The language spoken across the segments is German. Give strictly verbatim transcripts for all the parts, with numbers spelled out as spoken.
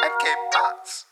and Cape Parts.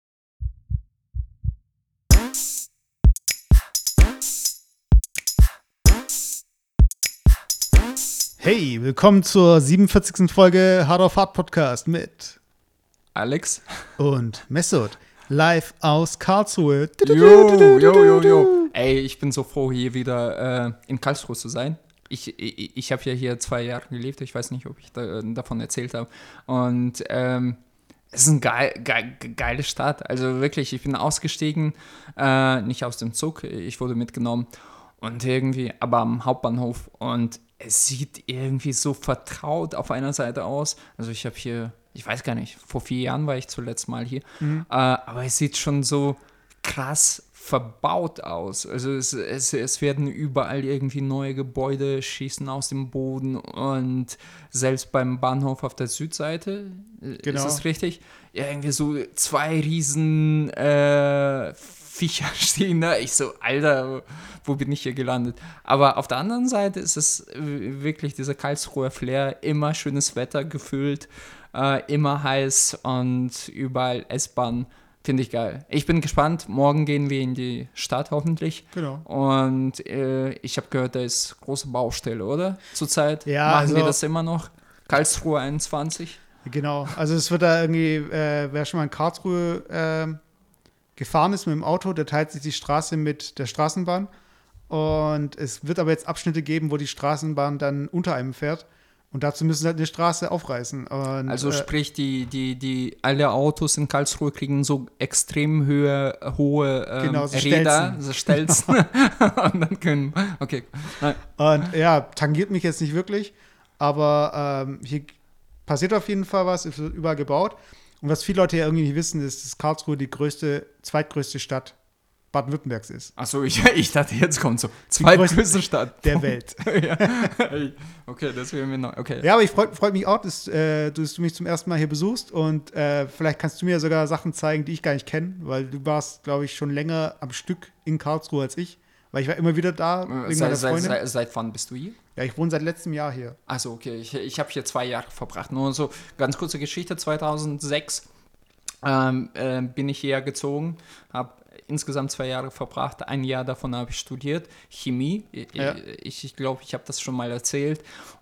Hey, willkommen zur siebenundvierzigsten Folge Hard of Hard Podcast mit Alex und Mesut, live aus Karlsruhe. Jo, jo, jo, jo. Ey, ich bin so froh, hier wieder äh, in Karlsruhe zu sein. Ich, ich, ich habe ja hier zwei Jahre gelebt, ich weiß nicht, ob ich da, davon erzählt habe. Und ähm, es ist eine geil, geil, geile Stadt. Also wirklich, ich bin ausgestiegen, äh, nicht aus dem Zug, ich wurde mitgenommen. Und irgendwie, aber am Hauptbahnhof. Und es sieht irgendwie so vertraut auf einer Seite aus. Also ich habe hier, ich weiß gar nicht, vor vier Jahren war ich zuletzt mal hier. Mhm. Äh, aber es sieht schon so krass verbaut aus. Also es, es, es werden überall irgendwie neue Gebäude schießen aus dem Boden. Und selbst beim Bahnhof auf der Südseite, genau. Ist das richtig? Ja, irgendwie so zwei riesen äh, Viecher stehen da. Ich so, Alter, wo bin ich hier gelandet? Aber auf der anderen Seite ist es wirklich dieser Karlsruher Flair, immer schönes Wetter gefüllt, äh, immer heiß und überall S-Bahn. Finde ich geil. Ich bin gespannt. Morgen gehen wir in die Stadt hoffentlich. Genau. Und äh, ich habe gehört, da ist große Baustelle, oder? Zurzeit ja, machen also, wir das immer noch. Karlsruhe einundzwanzig. Genau. Also es wird da irgendwie, äh, wer schon mal in Karlsruhe äh, gefahren ist mit dem Auto, der teilt sich die Straße mit der Straßenbahn. Und es wird aber jetzt Abschnitte geben, wo die Straßenbahn dann unter einem fährt. Und dazu müssen sie halt eine Straße aufreißen. Und, also äh, sprich, die, die, die, alle Autos in Karlsruhe kriegen so extrem höhe, hohe ähm, genau, so Räder, so Stelzen. Und dann können, okay. Nein. Und ja, tangiert mich jetzt nicht wirklich. Aber ähm, hier passiert auf jeden Fall was, es wird überall gebaut. Und was viele Leute ja irgendwie nicht wissen, ist, dass Karlsruhe die größte, zweitgrößte Stadt Baden-Württembergs ist. Achso, ich, ich dachte, jetzt kommt so, zweitgrößte Stadt der Welt. Ja. Okay, das wäre mir neu. Okay. Ja, aber ich freue freu mich auch, dass, äh, dass du mich zum ersten Mal hier besuchst und äh, vielleicht kannst du mir sogar Sachen zeigen, die ich gar nicht kenne, weil du warst, glaube ich, schon länger am Stück in Karlsruhe als ich, weil ich war immer wieder da wegen seit, meiner Freundin. Seit, seit wann bist du hier? Ja, ich wohne seit letztem Jahr hier. Achso, okay, ich, ich habe hier zwei Jahre verbracht. Nur so ganz kurze Geschichte, zweitausendsechs ähm, äh, bin ich hierher gezogen, habe insgesamt zwei Jahre verbracht. Ein Jahr davon habe ich studiert, Chemie. Ja. Ich, ich glaube, ich habe das schon mal erzählt.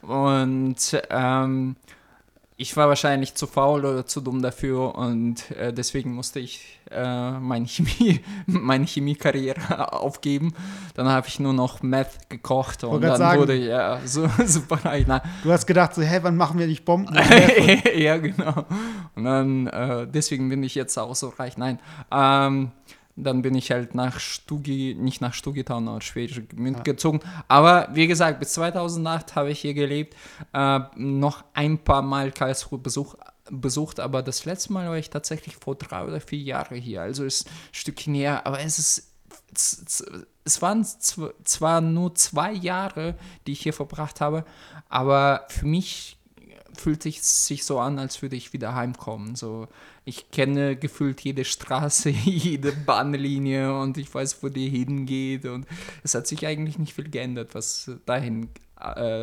Und ähm, ich war wahrscheinlich zu faul oder zu dumm dafür und äh, deswegen musste ich äh, meine Chemie, meine Chemiekarriere aufgeben. Dann habe ich nur noch Meth gekocht und dann sagen, wurde ja so super reich. Du hast gedacht so, hä, wann machen wir nicht Bomben? Ja, genau. Und dann äh, deswegen bin ich jetzt auch so reich. Nein. Ähm, Dann bin ich halt nach Stugi, nicht nach Stugitown, nach Schwedisch gezogen. Ja. Aber wie gesagt, bis zweitausendacht habe ich hier gelebt. Äh, noch ein paar Mal Karlsruhe Besuch, besucht, aber das letzte Mal war ich tatsächlich vor drei oder vier Jahren hier. Also ist ein Stückchen näher, aber es ist, es, es waren zwar nur zwei Jahre, die ich hier verbracht habe, aber für mich fühlt es sich so an, als würde ich wieder heimkommen. So, ich kenne gefühlt jede Straße, jede Bahnlinie und ich weiß, wo die hingeht. Und es hat sich eigentlich nicht viel geändert, was dahin, äh,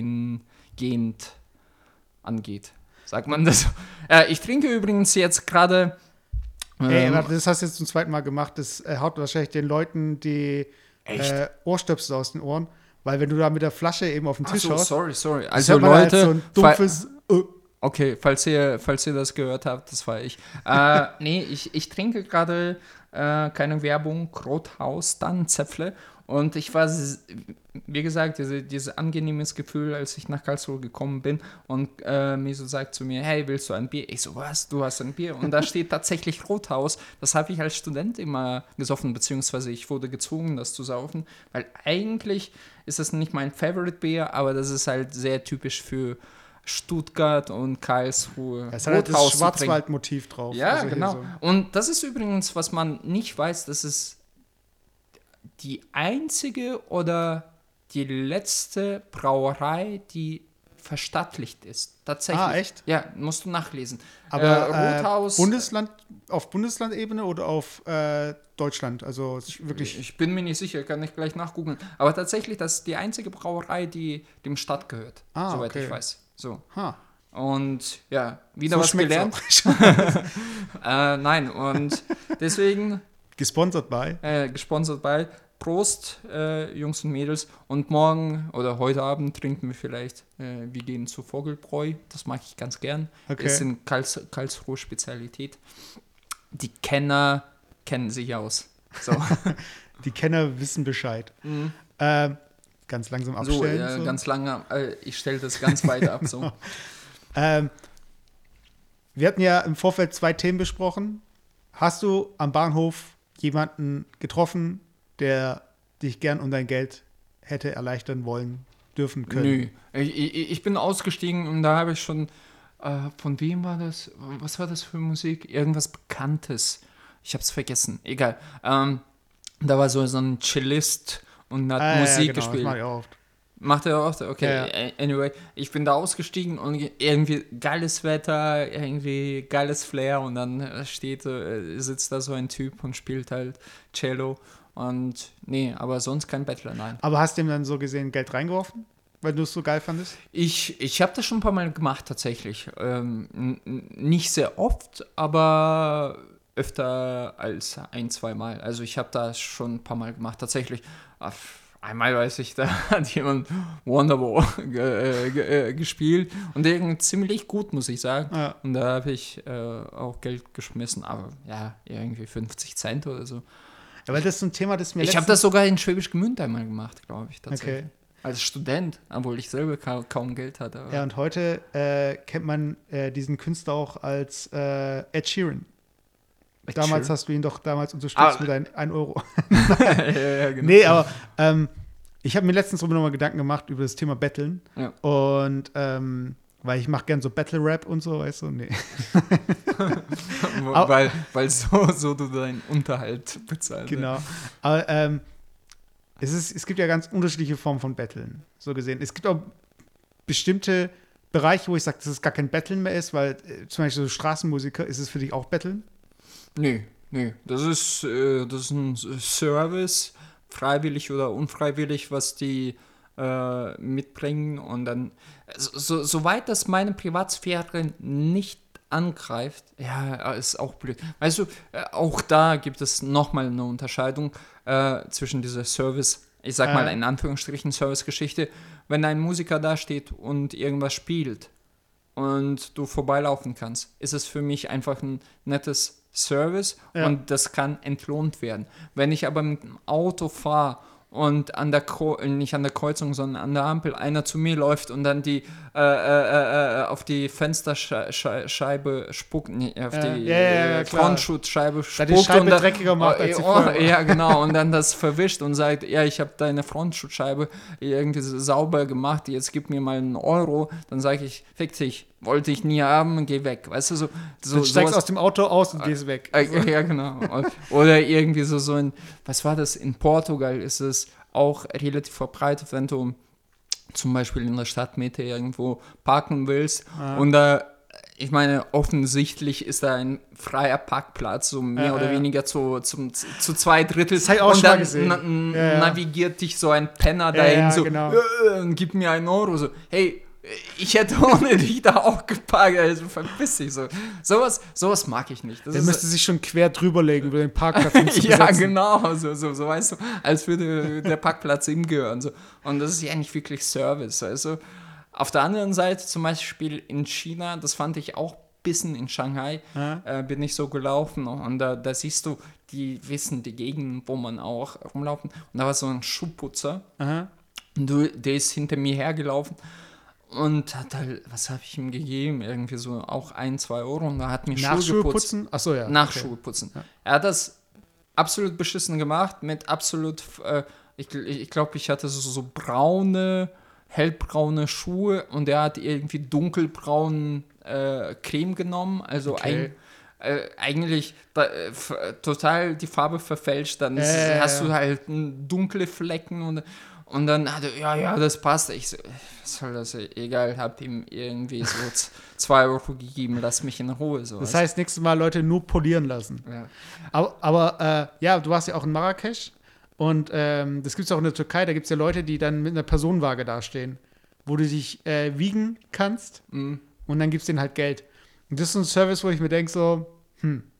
dahingehend angeht. Sagt man das? Äh, ich trinke übrigens jetzt gerade. Ähm, Ey, das hast du jetzt zum zweiten Mal gemacht. Das äh, haut wahrscheinlich den Leuten die äh, Ohrstöpsel aus den Ohren. Weil wenn du da mit der Flasche eben auf den Tisch so, schaust, sorry, sorry. Also Leute, halt so ein dumpfes fa- okay, falls ihr, falls ihr das gehört habt, das war ich. äh, nee, ich, ich trinke gerade äh, keine Werbung, Rothaus, dann Zäpfle. Und ich war, wie gesagt, diese, dieses angenehmes Gefühl, als ich nach Karlsruhe gekommen bin und äh, Meso sagt zu mir, hey, willst du ein Bier? Ich so, was, du hast ein Bier? Und da steht tatsächlich Rothaus. Das habe ich als Student immer gesoffen, beziehungsweise ich wurde gezwungen, das zu saufen, weil eigentlich ist das nicht mein Favorite-Bier, aber das ist halt sehr typisch für Stuttgart und Karlsruhe. Es hat halt das Schwarzwald-Motiv drauf. Ja, also genau. So. Und das ist übrigens, was man nicht weiß, das ist die einzige oder die letzte Brauerei, die verstaatlicht ist. Tatsächlich. Ah, echt? Ja, musst du nachlesen. Aber äh, Rothaus, äh, Bundesland, auf Bundeslandebene oder auf äh, Deutschland? Also wirklich. Ich bin mir nicht sicher, kann ich gleich nachgoogeln. Aber tatsächlich, das ist die einzige Brauerei, die dem Stadt gehört, ah, soweit okay. ich weiß. So. Ha. Und ja, wieder So was gelernt. äh, nein, und deswegen Gesponsert bei. äh, gesponsert bei Prost, äh, Jungs und Mädels. Und morgen oder heute Abend trinken wir vielleicht, äh, wir gehen zu Vogelbräu. Das mag ich ganz gern. Okay. Ist eine Karls Karlsruhe Spezialität. Die Kenner kennen sich aus. So, Die Kenner wissen Bescheid. mhm. Ähm, ganz langsam so, abstellen. äh, so. ganz lange, äh, ich stelle das ganz weit ab. So. Ähm, wir hatten ja im Vorfeld zwei Themen besprochen. Hast du am Bahnhof jemanden getroffen, der dich gern um dein Geld hätte erleichtern wollen, dürfen können? Nö, ich, ich, ich bin ausgestiegen und da habe ich schon, äh, von wem war das? Was war das für Musik? Irgendwas Bekanntes. Ich habe es vergessen. Egal. Ähm, da war so, so ein Cellist und hat Ah, Musik ja, genau, gespielt. Das mache ich auch oft. Macht er auch? Okay, Ja, ja. anyway, ich bin da ausgestiegen und irgendwie geiles Wetter, irgendwie geiles Flair und dann steht, äh, sitzt da so ein Typ und spielt halt Cello und nee, aber sonst kein Bettler, nein. Aber hast du ihm dann so gesehen Geld reingeworfen, weil du es so geil fandest? Ich, ich habe das schon ein paar Mal gemacht tatsächlich. Ähm, n- n- nicht sehr oft, aber öfter als ein, zwei Mal. Also ich habe das schon ein paar Mal gemacht tatsächlich. Ach, einmal weiß ich, da hat jemand Wonderwall ge, äh, ge, äh, gespielt und irgendwie ziemlich gut, muss ich sagen. Ja. Und da habe ich äh, auch Geld geschmissen, aber ja, irgendwie fünfzig Cent oder so. Ja, weil das ist so ein Thema, das mir Ich habe letztens- das sogar in Schwäbisch Gmünd einmal gemacht, glaube ich, tatsächlich. Okay. Als Student, obwohl ich selber ka- kaum Geld hatte. aber- Ja, und heute äh, kennt man äh, diesen Künstler auch als äh, Ed Sheeran. Ed Damals Sheeran? hast du ihn doch damals unterstützt Ah. mit ein, ein Euro. ja, ja, genau. Nee, aber ähm, ich habe mir letztens darüber nochmal Gedanken gemacht über das Thema Battlen. Ja. Und ähm, weil ich mache gern so Battle-Rap und so, weißt du? Nee. Wo- weil weil so, so du deinen Unterhalt bezahlst. Genau. Aber ähm, es, ist, es gibt ja ganz unterschiedliche Formen von Battlen, so gesehen. Es gibt auch bestimmte Bereiche, wo ich sage, dass es gar kein Battlen mehr ist, weil äh, zum Beispiel so Straßenmusiker, ist es für dich auch Battlen? Nee, nee. Das ist, äh, das ist ein Service, freiwillig oder unfreiwillig, was die äh, mitbringen. Und dann, so, so, soweit das meine Privatsphäre nicht angreift, ja, ist auch blöd. Weißt du, äh, auch da gibt es nochmal eine Unterscheidung äh, zwischen dieser Service, ich sag mal Äh. in Anführungsstrichen Service-Geschichte, wenn ein Musiker da steht und irgendwas spielt und du vorbeilaufen kannst, ist es für mich einfach ein nettes Service Ja. und das kann entlohnt werden. Wenn ich aber mit dem Auto fahre und an der Kro- nicht an der Kreuzung, sondern an der Ampel einer zu mir läuft und dann die äh, äh, äh, auf die Fensterscheibe spuckt, nee, auf Ja, die ja, ja, ja, äh, klar. Frontschutzscheibe Da spuckt die Scheibe und dann, dreckiger macht, als sie oh, vorher war. ja, genau, und dann das verwischt und sagt, ja, ich habe deine Frontschutzscheibe irgendwie so sauber gemacht, jetzt gib mir mal einen Euro, dann sage ich, fick dich, wollte ich nie haben, geh weg, weißt du, so, so Du steigst sowas- aus dem Auto aus und gehst weg. äh, ja, genau. Oder irgendwie so, so ein, was war das? In Portugal ist es auch relativ verbreitet, wenn du zum Beispiel in der Stadtmitte irgendwo parken willst. Ah. Und da, ich meine, offensichtlich ist da ein freier Parkplatz, so mehr Ja, oder ja. weniger zu, zum, zu zwei Drittel. Das hab ich auch und schon mal dann gesehen. na, n- Ja, ja. navigiert dich so ein Penner Ja, dahin, ja, so, genau. äh, und gib mir einen Euro. So, hey, ich hätte ohne dich da auch geparkt, also verpiss dich so. Sowas, sowas mag ich nicht. Das Der ist- müsste sich schon quer drüber legen, über den Parkplatz, um zu ja, besetzen. genau, so, so, so weißt du, als würde der Parkplatz ihm gehören. So. Und das ist ja nicht wirklich Service. Also auf der anderen Seite, zum Beispiel in China, das fand ich auch ein bisschen in Shanghai, Ja. äh, bin ich so gelaufen und da, da siehst du, die wissen die Gegenden, wo man auch rumlaufen. Und da war so ein Schuhputzer Aha. und du, der ist hinter mir hergelaufen. Und hat halt, was habe ich ihm gegeben? Irgendwie so auch ein, zwei Euro. Und da hat mir Nach Schuhe Schuhe geputzt. putzen? Achso, ja. Nach okay. Schuhe putzen. Ja. Er hat das absolut beschissen gemacht, mit absolut, äh, ich, ich glaube, ich hatte so, so braune, hellbraune Schuhe und er hat irgendwie dunkelbraunen äh, Creme genommen, also Okay. ein, äh, eigentlich da, äh, f- total die Farbe verfälscht, dann ist, Äh, hast ja. du halt n- dunkle Flecken und und dann hat er, ja, ja, das passt. Ich so, was soll das? Egal, hab ihm irgendwie so z- zwei Euro gegeben, lass mich in Ruhe. So, Das heißt, nächstes Mal Leute nur polieren lassen. ja. Aber, aber äh, ja, du warst ja auch in Marrakesch und ähm, das gibt es auch in der Türkei. Da gibt es ja Leute, die dann mit einer Personenwaage dastehen, wo du dich äh, wiegen kannst Mm. und dann gibst denen halt Geld. Und das ist so ein Service, wo ich mir denke so, hm,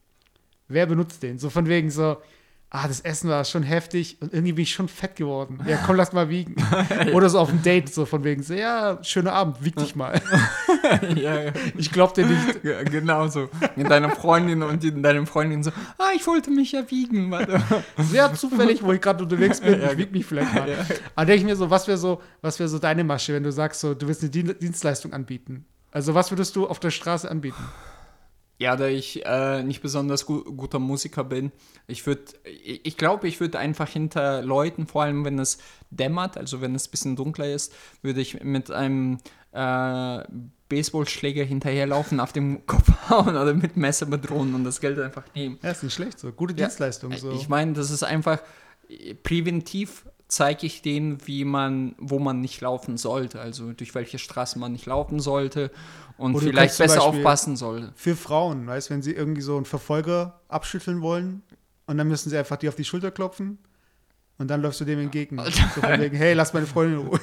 wer benutzt den? So von wegen so, ah, das Essen war schon heftig und irgendwie bin ich schon fett geworden. Ja, komm, lass mal wiegen. Oder so auf ein Date, so von wegen so, ja, schöner Abend, wieg dich mal. ja, ja. Ich glaub dir nicht. Ja, genau so. Mit deiner Freundin und die, deiner Freundin so, ah, ich wollte mich ja wiegen. Warte. Sehr zufällig, wo ich gerade unterwegs bin, Ja, ich wieg mich vielleicht mal. Ja. Aber denke ich mir so, was wäre so, was wäre so deine Masche, wenn du sagst, so, du willst eine Dien- Dienstleistung anbieten? Also was würdest du auf der Straße anbieten? Ja, da ich äh, nicht besonders gu- guter Musiker bin, ich würde, ich, ich glaube, ich würde einfach hinter Leuten, vor allem wenn es dämmert, also wenn es ein bisschen dunkler ist, würde ich mit einem äh, Baseballschläger hinterherlaufen, auf dem Kopf hauen oder mit Messer bedrohen und das Geld einfach nehmen. Ja, ist nicht schlecht so. Gute Ja, Dienstleistung. So. Ich meine, das ist einfach präventiv. Zeige ich denen, wie man, wo man nicht laufen sollte, also durch welche Straßen man nicht laufen sollte und Oder du vielleicht kannst zum besser Beispiel aufpassen sollte. Für Frauen, weißt du, wenn sie irgendwie so einen Verfolger abschütteln wollen und dann müssen sie einfach dir auf die Schulter klopfen und dann läufst du dem entgegen. So von wegen, hey, lass meine Freundin in Ruhe.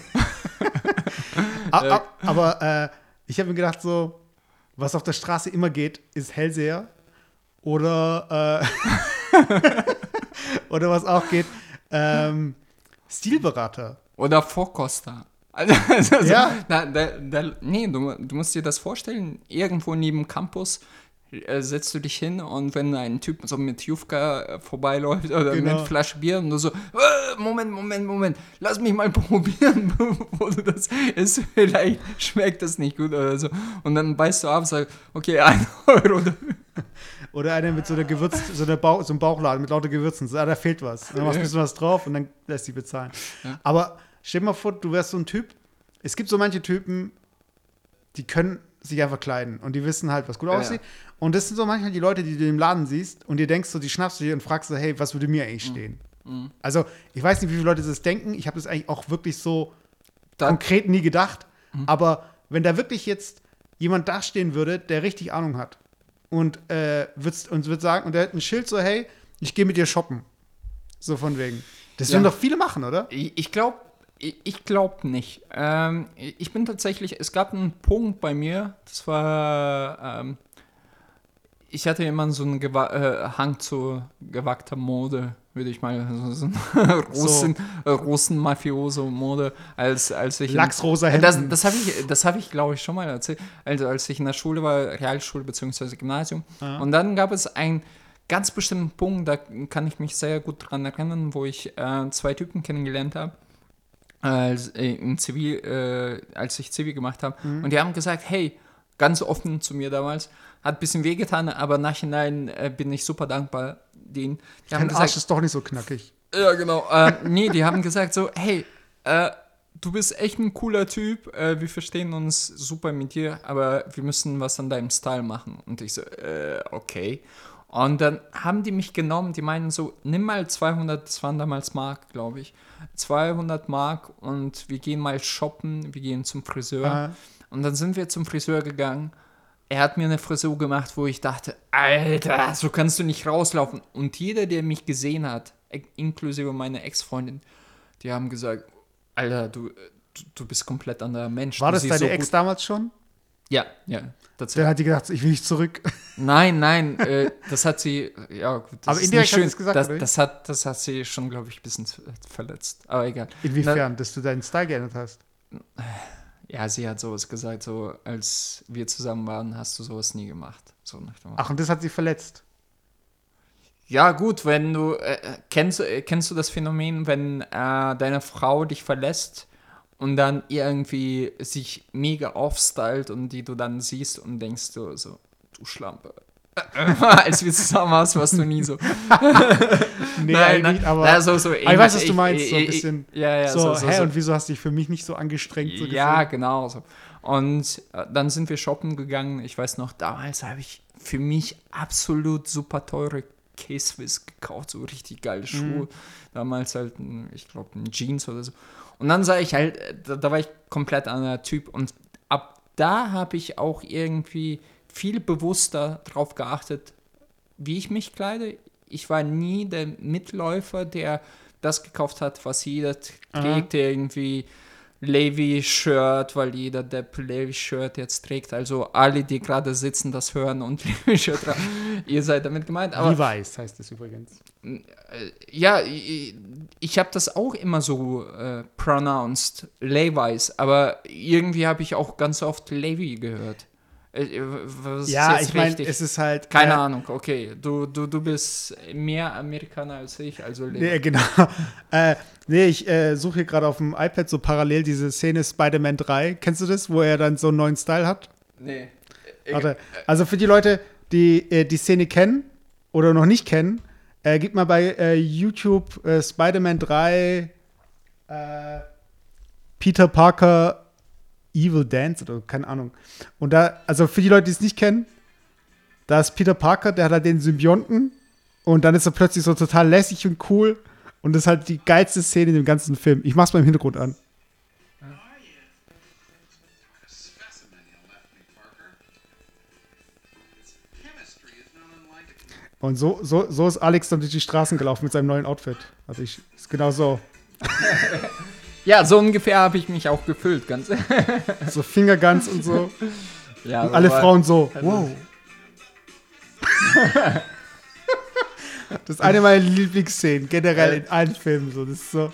ab, ab, aber äh, ich habe mir gedacht, so, was auf der Straße immer geht, ist Hellseher oder äh, oder was auch geht, ähm, Stilberater. Oder Vorkoster. Also, also, Ja. Da, da, da, nee, du, du musst dir das vorstellen, irgendwo neben Campus äh, setzt du dich hin und wenn ein Typ so mit Jufka äh, vorbeiläuft oder Genau. mit Flasche Bier und du so, äh, Moment, Moment, Moment, lass mich mal probieren, bevor du das isst, vielleicht schmeckt das nicht gut oder so. Und dann beißt du ab und sagst, okay, ein Euro. Oder einer mit so einer Gewürz, so, einer Bauch, so einem Bauchladen mit lauter Gewürzen. So, ah, da fehlt was. Dann machst du ein bisschen was drauf und dann lässt die bezahlen. Ja. Aber stell dir mal vor, du wärst so ein Typ. Es gibt so manche Typen, die können sich einfach kleiden und die wissen halt, was gut Ja, aussieht. Und das sind so manchmal die Leute, die du im Laden siehst und dir denkst so, die schnappst du dir und fragst so, hey, was würde mir eigentlich stehen? Mhm. Also, ich weiß nicht, wie viele Leute das denken. Ich habe das eigentlich auch wirklich so Da- konkret nie gedacht. Aber wenn da wirklich jetzt jemand dastehen würde, der richtig Ahnung hat und äh, würd's, und wird sagen, und der hat ein Schild so, hey, ich gehe mit dir shoppen. So von wegen. Das Ja. würden doch viele machen, oder? Ich, ich glaube ich, ich glaub nicht. Ähm, ich bin tatsächlich, es gab einen Punkt bei mir, das war, ähm, ich hatte immer so einen Gewa- äh, Hang zu gewagter Mode, würde ich mal, so, so eine Russen, äh, Russen-Mafioso-Mode, als, als ich... in- Lachsrosa Das, Hemden. das habe ich, das hab ich glaube ich, schon mal erzählt. Also, als ich in der Schule war, Realschule bzw. Gymnasium. Ja. Und dann gab es einen ganz bestimmten Punkt, da kann ich mich sehr gut dran erinnern, wo ich äh, zwei Typen kennengelernt habe, als, äh, im Zivil, äh, als ich Zivil gemacht habe. Mhm. Und die haben gesagt, hey, ganz offen zu mir damals, hat ein bisschen wehgetan, aber nachhinein äh, bin ich super dankbar denen. Die haben Dein gesagt, Arsch ist doch nicht so knackig. ja, genau. Äh, nee, die haben gesagt so, hey, äh, du bist echt ein cooler Typ, äh, wir verstehen uns super mit dir, aber wir müssen was an deinem Style machen. Und ich so, äh, okay. Und dann haben die mich genommen, die meinen so, nimm mal zweihundert, das waren damals Mark, glaube ich, zweihundert Mark und wir gehen mal shoppen, wir gehen zum Friseur. Ah. Und dann sind wir zum Friseur gegangen. Er hat mir eine Frisur gemacht, wo ich dachte, Alter, so kannst du nicht rauslaufen. Und jeder, der mich gesehen hat, e- inklusive meiner Ex-Freundin, die haben gesagt, Alter, du, du, du bist komplett anderer Mensch. War du das siehst deine so Ex gut- damals schon? Ja, ja. Dann Tatsächlich. hat die gedacht, ich will nicht zurück. Nein, nein, äh, das hat sie, ja gut, das Aber ist indirekt nicht hat sie schön. es gesagt, das, oder? das, hat, das hat sie schon, glaube ich, ein bisschen verletzt. Aber egal. Inwiefern, dass du deinen Style geändert hast? Ja, sie hat sowas gesagt, so als wir zusammen waren, hast du sowas nie gemacht. So nach dem Motto. Ach, und das hat sie verletzt. Ja, gut, wenn du, äh, kennst, äh, kennst du das Phänomen, wenn äh, deine Frau dich verlässt und dann irgendwie sich mega aufstylt und die du dann siehst und denkst du so, du Schlampe. Als wir zusammen waren, warst du nie so. Nee, Nein, eigentlich, nein, aber na, so, so aber ich weiß, was ähnlich. du meinst, so ein ich- bisschen Ja, ja, so, so, so, hä, so. und wieso hast du dich für mich nicht so angestrengt? So Ja, gefühlt? genau so. Und äh, dann sind wir shoppen gegangen. Ich weiß noch, damals habe ich für mich absolut super teure K-Swiss gekauft, so richtig geile Schuhe. Damals halt, ein- ich glaube, ein Jeans oder so. Und dann sah ich halt, äh, da, da war ich komplett anderer Typ. Und ab da habe ich auch irgendwie viel bewusster drauf geachtet, wie ich mich kleide. Ich war nie der Mitläufer, der das gekauft hat, was jeder t- Aha. trägt, der irgendwie Levi-Shirt, weil jeder Depp Levi-Shirt jetzt trägt. Also alle, die gerade sitzen, das hören und Levi-Shirt tragen. Ihr seid damit gemeint. Aber Levi's heißt es übrigens. Ja, ich, ich habe das auch immer so äh, pronounced, Levi's, aber irgendwie habe ich auch ganz oft Levi gehört. Äh, was ist Ja, jetzt ich meine, richtig? es ist halt. Keine äh, Ahnung, okay. Du, du, du bist mehr Amerikaner als ich, also Levi. Nee, genau. äh, nee, ich äh, suche hier gerade auf dem iPad so parallel diese Szene Spider-Man drei. Kennst du das, wo er dann so einen neuen Style hat? Nee. Warte. Also für die Leute, die äh, die Szene kennen oder noch nicht kennen, äh, gib mal bei äh, YouTube äh, Spider-Man drei äh, Peter Parker Evil Dance oder keine Ahnung. Und da, also für die Leute, die es nicht kennen, da ist Peter Parker, der hat halt den Symbionten und dann ist er plötzlich so total lässig und cool und das ist halt die geilste Szene in dem ganzen Film. Ich mach's mal im Hintergrund an. Und so, so, so ist Alex dann durch die Straßen gelaufen mit seinem neuen Outfit. Also ich, ist genau so. Ja, so ungefähr habe ich mich auch gefühlt, ganz. So Fingerguns und so. Ja, Und alle aber- Frauen so, also- wow. Das ist eine meiner Lieblingsszenen, generell in allen Filmen. So. Das ist so.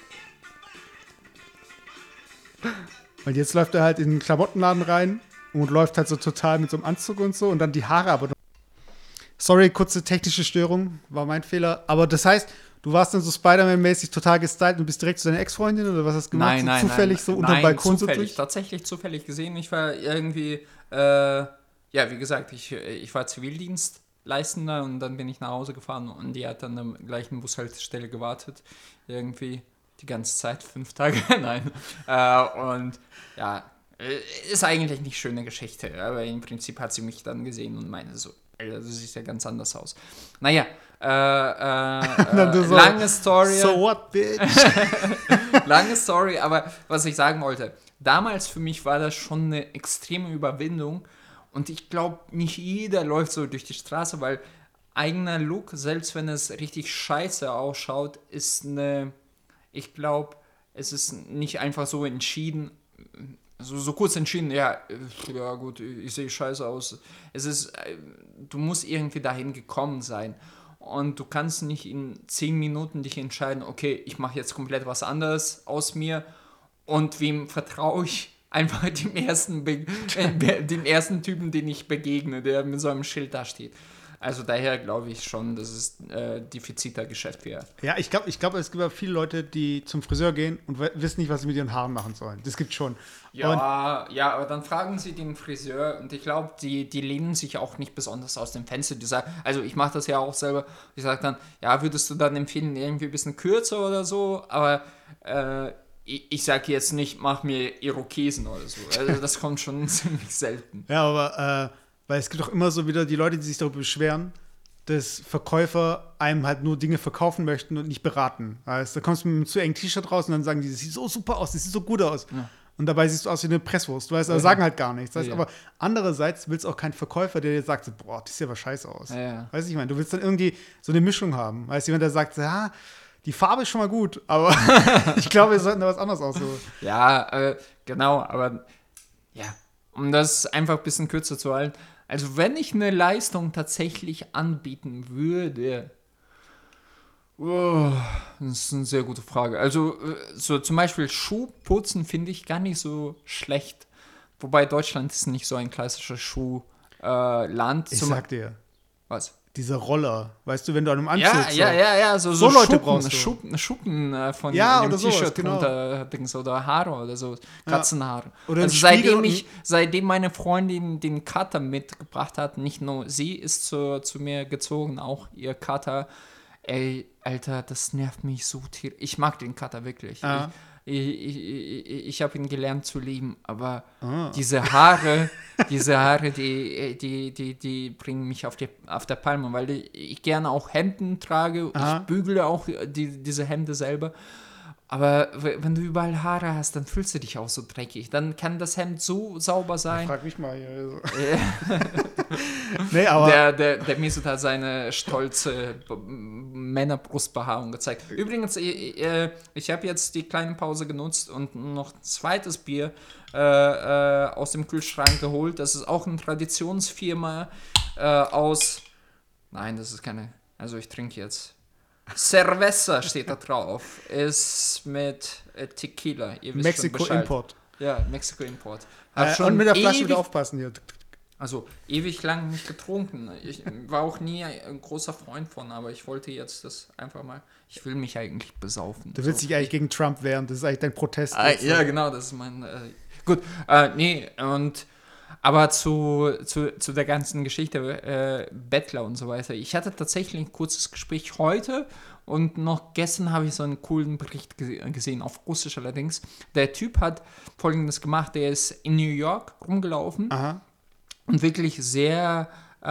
Und jetzt läuft er halt in den Klamottenladen rein und läuft halt so total mit so einem Anzug und so und dann die Haare aber noch. Sorry, kurze technische Störung, war mein Fehler. Aber das heißt, du warst dann so Spider-Man-mäßig total gestylt und bist direkt zu deiner Ex-Freundin oder was hast du gemacht? Nein, so nein, zufällig nein. so unter dem Nein, Balkon so zufällig, durch? tatsächlich zufällig gesehen. Ich war irgendwie, äh, ja, wie gesagt, ich, ich war Zivildienstleistender und dann bin ich nach Hause gefahren und die hat dann an der gleichen Bushaltestelle gewartet. Irgendwie die ganze Zeit, fünf Tage, nein. Äh, und ja, äh, ist eigentlich nicht schöne Geschichte, aber im Prinzip hat sie mich dann gesehen und meinte so, Alter, du siehst ja ganz anders aus. Naja, äh, äh, du äh, so, lange Story. So what, bitch? Lange Story, aber was ich sagen wollte, damals für mich war das schon eine extreme Überwindung und ich glaube, nicht jeder läuft so durch die Straße, weil eigener Look, selbst wenn es richtig scheiße ausschaut, ist eine, ich glaube, es ist nicht einfach so entschieden, so, so kurz entschieden, ja, äh, ja gut, ich sehe scheiße aus. Es ist, äh, du musst irgendwie dahin gekommen sein. Und du kannst nicht in zehn Minuten dich entscheiden, okay, ich mache jetzt komplett was anderes aus mir und wem vertraue ich? Einfach dem ersten, Be- äh, dem ersten Typen, den ich begegne, der mit so einem Schild da steht. Also daher glaube ich schon, dass es äh, defiziter Geschäft wäre. Ja, ich glaube, ich glaub, es gibt aber viele Leute, die zum Friseur gehen und we- wissen nicht, was sie mit ihren Haaren machen sollen. Das gibt schon. Ja, ja, aber dann fragen sie den Friseur und ich glaube, die, die lehnen sich auch nicht besonders aus dem Fenster. Die sagen, also ich mache das ja auch selber. Ich sage dann, ja, würdest du dann empfehlen, irgendwie ein bisschen kürzer oder so, aber äh, ich, ich sage jetzt nicht, mach mir Irokesen oder so. Also das kommt schon ziemlich selten. Ja, aber, äh, weil es gibt auch immer so wieder die Leute, die sich darüber beschweren, dass Verkäufer einem halt nur Dinge verkaufen möchten und nicht beraten. Also, da kommst du mit einem zu engen T-Shirt raus und dann sagen die, das sieht so super aus, das sieht so gut aus. Ja. Und dabei siehst du aus wie eine Presswurst, weißt du, aber Ja. sagen halt gar nichts. Das heißt, Ja. aber andererseits willst du auch keinen Verkäufer, der dir sagt, so, boah, das sieht aber scheiße aus. Ja, ja. Weißt du, ich meine, du willst dann irgendwie so eine Mischung haben. Weißt du, jemand, der sagt, ja, die Farbe ist schon mal gut, aber ich glaube, wir sollten da was anderes aussuchen. Ja, äh, genau, aber ja, um das einfach ein bisschen kürzer zu halten. Also wenn ich eine Leistung tatsächlich anbieten würde, oh, das ist eine sehr gute Frage. Also äh, so zum Beispiel Schuhputzen finde ich gar nicht so schlecht. Wobei Deutschland ist nicht so ein klassisches Schuhland. Äh, Land. Ich Zum- sag dir, Was? diese Roller, weißt du, wenn du an einem Anzug Ja, ja, ja, ja, so, So so, Leute Schuppen, brauchst du. Schuppen, Schuppen äh, von Ja, dem oder sowas, T-Shirt genau. runter, Dings, oder Haare oder so, Katzenhaare. Oder also ein Spiegel seitdem und- ich, seitdem meine Freundin den Cutter mitgebracht hat, nicht nur sie ist zu, zu mir gezogen, auch ihr Cutter. Ey, Alter, das nervt mich so tierisch. Ich mag den Cutter wirklich. Ja. Ich, ich, ich, ich, ich habe ihn gelernt zu lieben, aber Ah. diese Haare, diese Haare, die, die, die, die bringen mich auf, die, auf der Palme, weil ich, ich gerne auch Hemden trage. Aha. Ich bügele auch die, diese Hemden selber. Aber w- wenn du überall Haare hast, dann fühlst du dich auch so dreckig. Dann kann das Hemd so sauber sein. Frag mich mal hier. Also. Ja. Nee, aber. Der, der, der Mesut hat seine stolze B- Männerbrustbehaarung gezeigt. Übrigens, ich, äh, ich habe jetzt die kleine Pause genutzt und noch ein zweites Bier äh, äh, aus dem Kühlschrank geholt. Das ist auch eine Traditionsfirma äh, aus... Nein, das ist keine... Also ich trinke jetzt... Cerveza steht da drauf. Ist mit äh, Tequila. Ihr wisst Mexiko schon Bescheid. Import. Ja, Mexiko Import. Hab Äh, schon und mit der Flasche ewig- wieder aufpassen hier. Also ewig lang nicht getrunken. Ich war auch nie ein großer Freund von, aber ich wollte jetzt das einfach mal. Ich will mich eigentlich besaufen. Du willst so. dich eigentlich gegen Trump wehren. Das ist eigentlich dein Protest. Ah, jetzt. ja, genau, das ist mein. Äh, gut, äh, nee, und. Aber zu, zu, zu der ganzen Geschichte, äh, Bettler und so weiter. Ich hatte tatsächlich ein kurzes Gespräch heute und noch gestern habe ich so einen coolen Bericht ge- gesehen, auf Russisch allerdings. Der Typ hat Folgendes gemacht: Der ist in New York rumgelaufen. Aha. Und wirklich sehr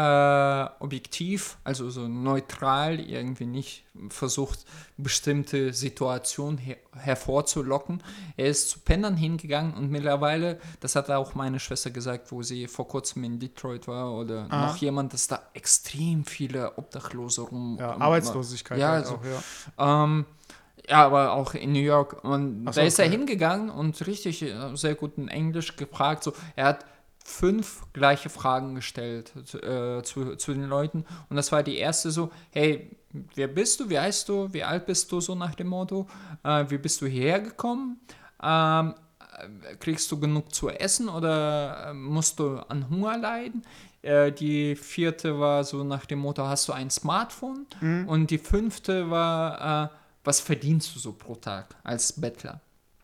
äh, objektiv, also so neutral, irgendwie nicht versucht, bestimmte Situationen her- hervorzulocken. Er ist zu Pennern hingegangen und mittlerweile, das hat auch meine Schwester gesagt, wo sie vor kurzem in Detroit war oder Ah. noch jemand, dass da extrem viele Obdachlose rum... Ja, um- Arbeitslosigkeit. Ja, halt also, auch, ja. ähm, ja, aber auch in New York. Und Ach so, da ist er okay. hingegangen und richtig äh, sehr gut in Englisch gefragt. So, er hat fünf gleiche Fragen gestellt äh, zu, zu den Leuten. Und das war die erste so, hey, wer bist du, wie heißt du, wie alt bist du, so nach dem Motto. Äh, wie bist du hierher gekommen? Ähm, äh, kriegst du genug zu essen oder äh, musst du an Hunger leiden? Äh, die vierte war so nach dem Motto, hast du ein Smartphone? Und die fünfte war, äh, was verdienst du so pro Tag als Bettler?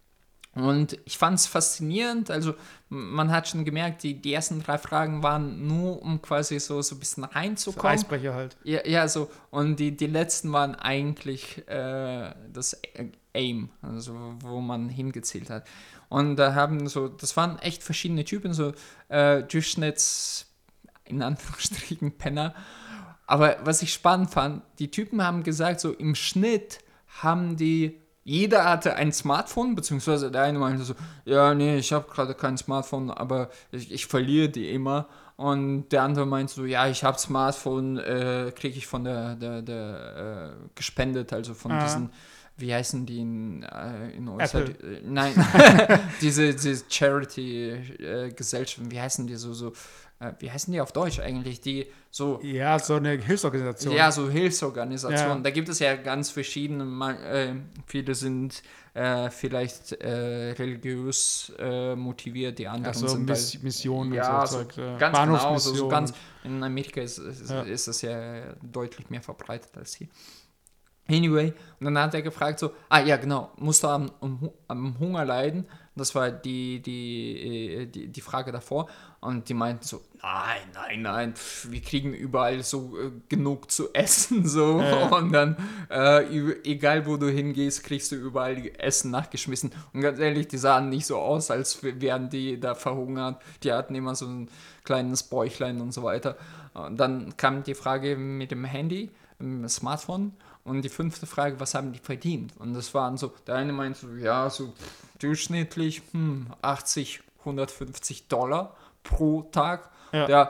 Und ich fand es faszinierend, also m- man hat schon gemerkt, die, die ersten drei Fragen waren nur, um quasi so, so ein bisschen So reinzukommen. Eisbrecher halt. Ja, ja, so. Und die, die letzten waren eigentlich äh, das Aim, also wo man hingezielt hat. Und da haben so, das waren echt verschiedene Typen, so äh, Durchschnitts, in Anführungsstrichen, Penner. Aber was ich spannend fand, die Typen haben gesagt, so im Schnitt haben die, jeder hatte ein Smartphone, beziehungsweise der eine meinte so, ja, nee, ich habe gerade kein Smartphone, aber ich, ich verliere die immer. Und der andere meinte so, ja, ich habe Smartphone, äh, kriege ich von der, der, der äh, gespendet, also von Ah. diesen, wie heißen die in, äh, in U S A? Apple. Die, äh, nein, diese, diese Charity-Gesellschaften, wie heißen die so, so, äh, wie heißen die auf Deutsch eigentlich? Die so, Ja, so eine Hilfsorganisation. ja, so Hilfsorganisationen. Ja. Da gibt es ja ganz verschiedene. Man, äh, viele sind äh, vielleicht äh, religiös äh, motiviert, die anderen Also sind Miss halt, Missionen ja, und so so Zeug. Ja. ganz genau, so, so Bahnhofsmissionen. ganz. In Amerika ist, ist, Ja. ist das ja deutlich mehr verbreitet als hier. Anyway, und dann hat er gefragt so, ah ja genau, musst du am, am, am Hunger leiden? Das war die, die, äh, die, die Frage davor. Und die meinten so, nein, nein, nein, pf, wir kriegen überall so äh, genug zu essen. So. Ja. Und dann, äh, ü- egal wo du hingehst, kriegst du überall Essen nachgeschmissen. Und ganz ehrlich, die sahen nicht so aus, als w- wären die da verhungert. Die hatten immer so ein kleines Bäuchlein und so weiter. Und dann kam die Frage mit dem Handy, mit dem Smartphone. Und die fünfte Frage, was haben die verdient? Und das waren so, der eine meinte so, ja, so pff, durchschnittlich hm, achtzig, hundertfünfzig Dollar pro Tag. Ja. Ja,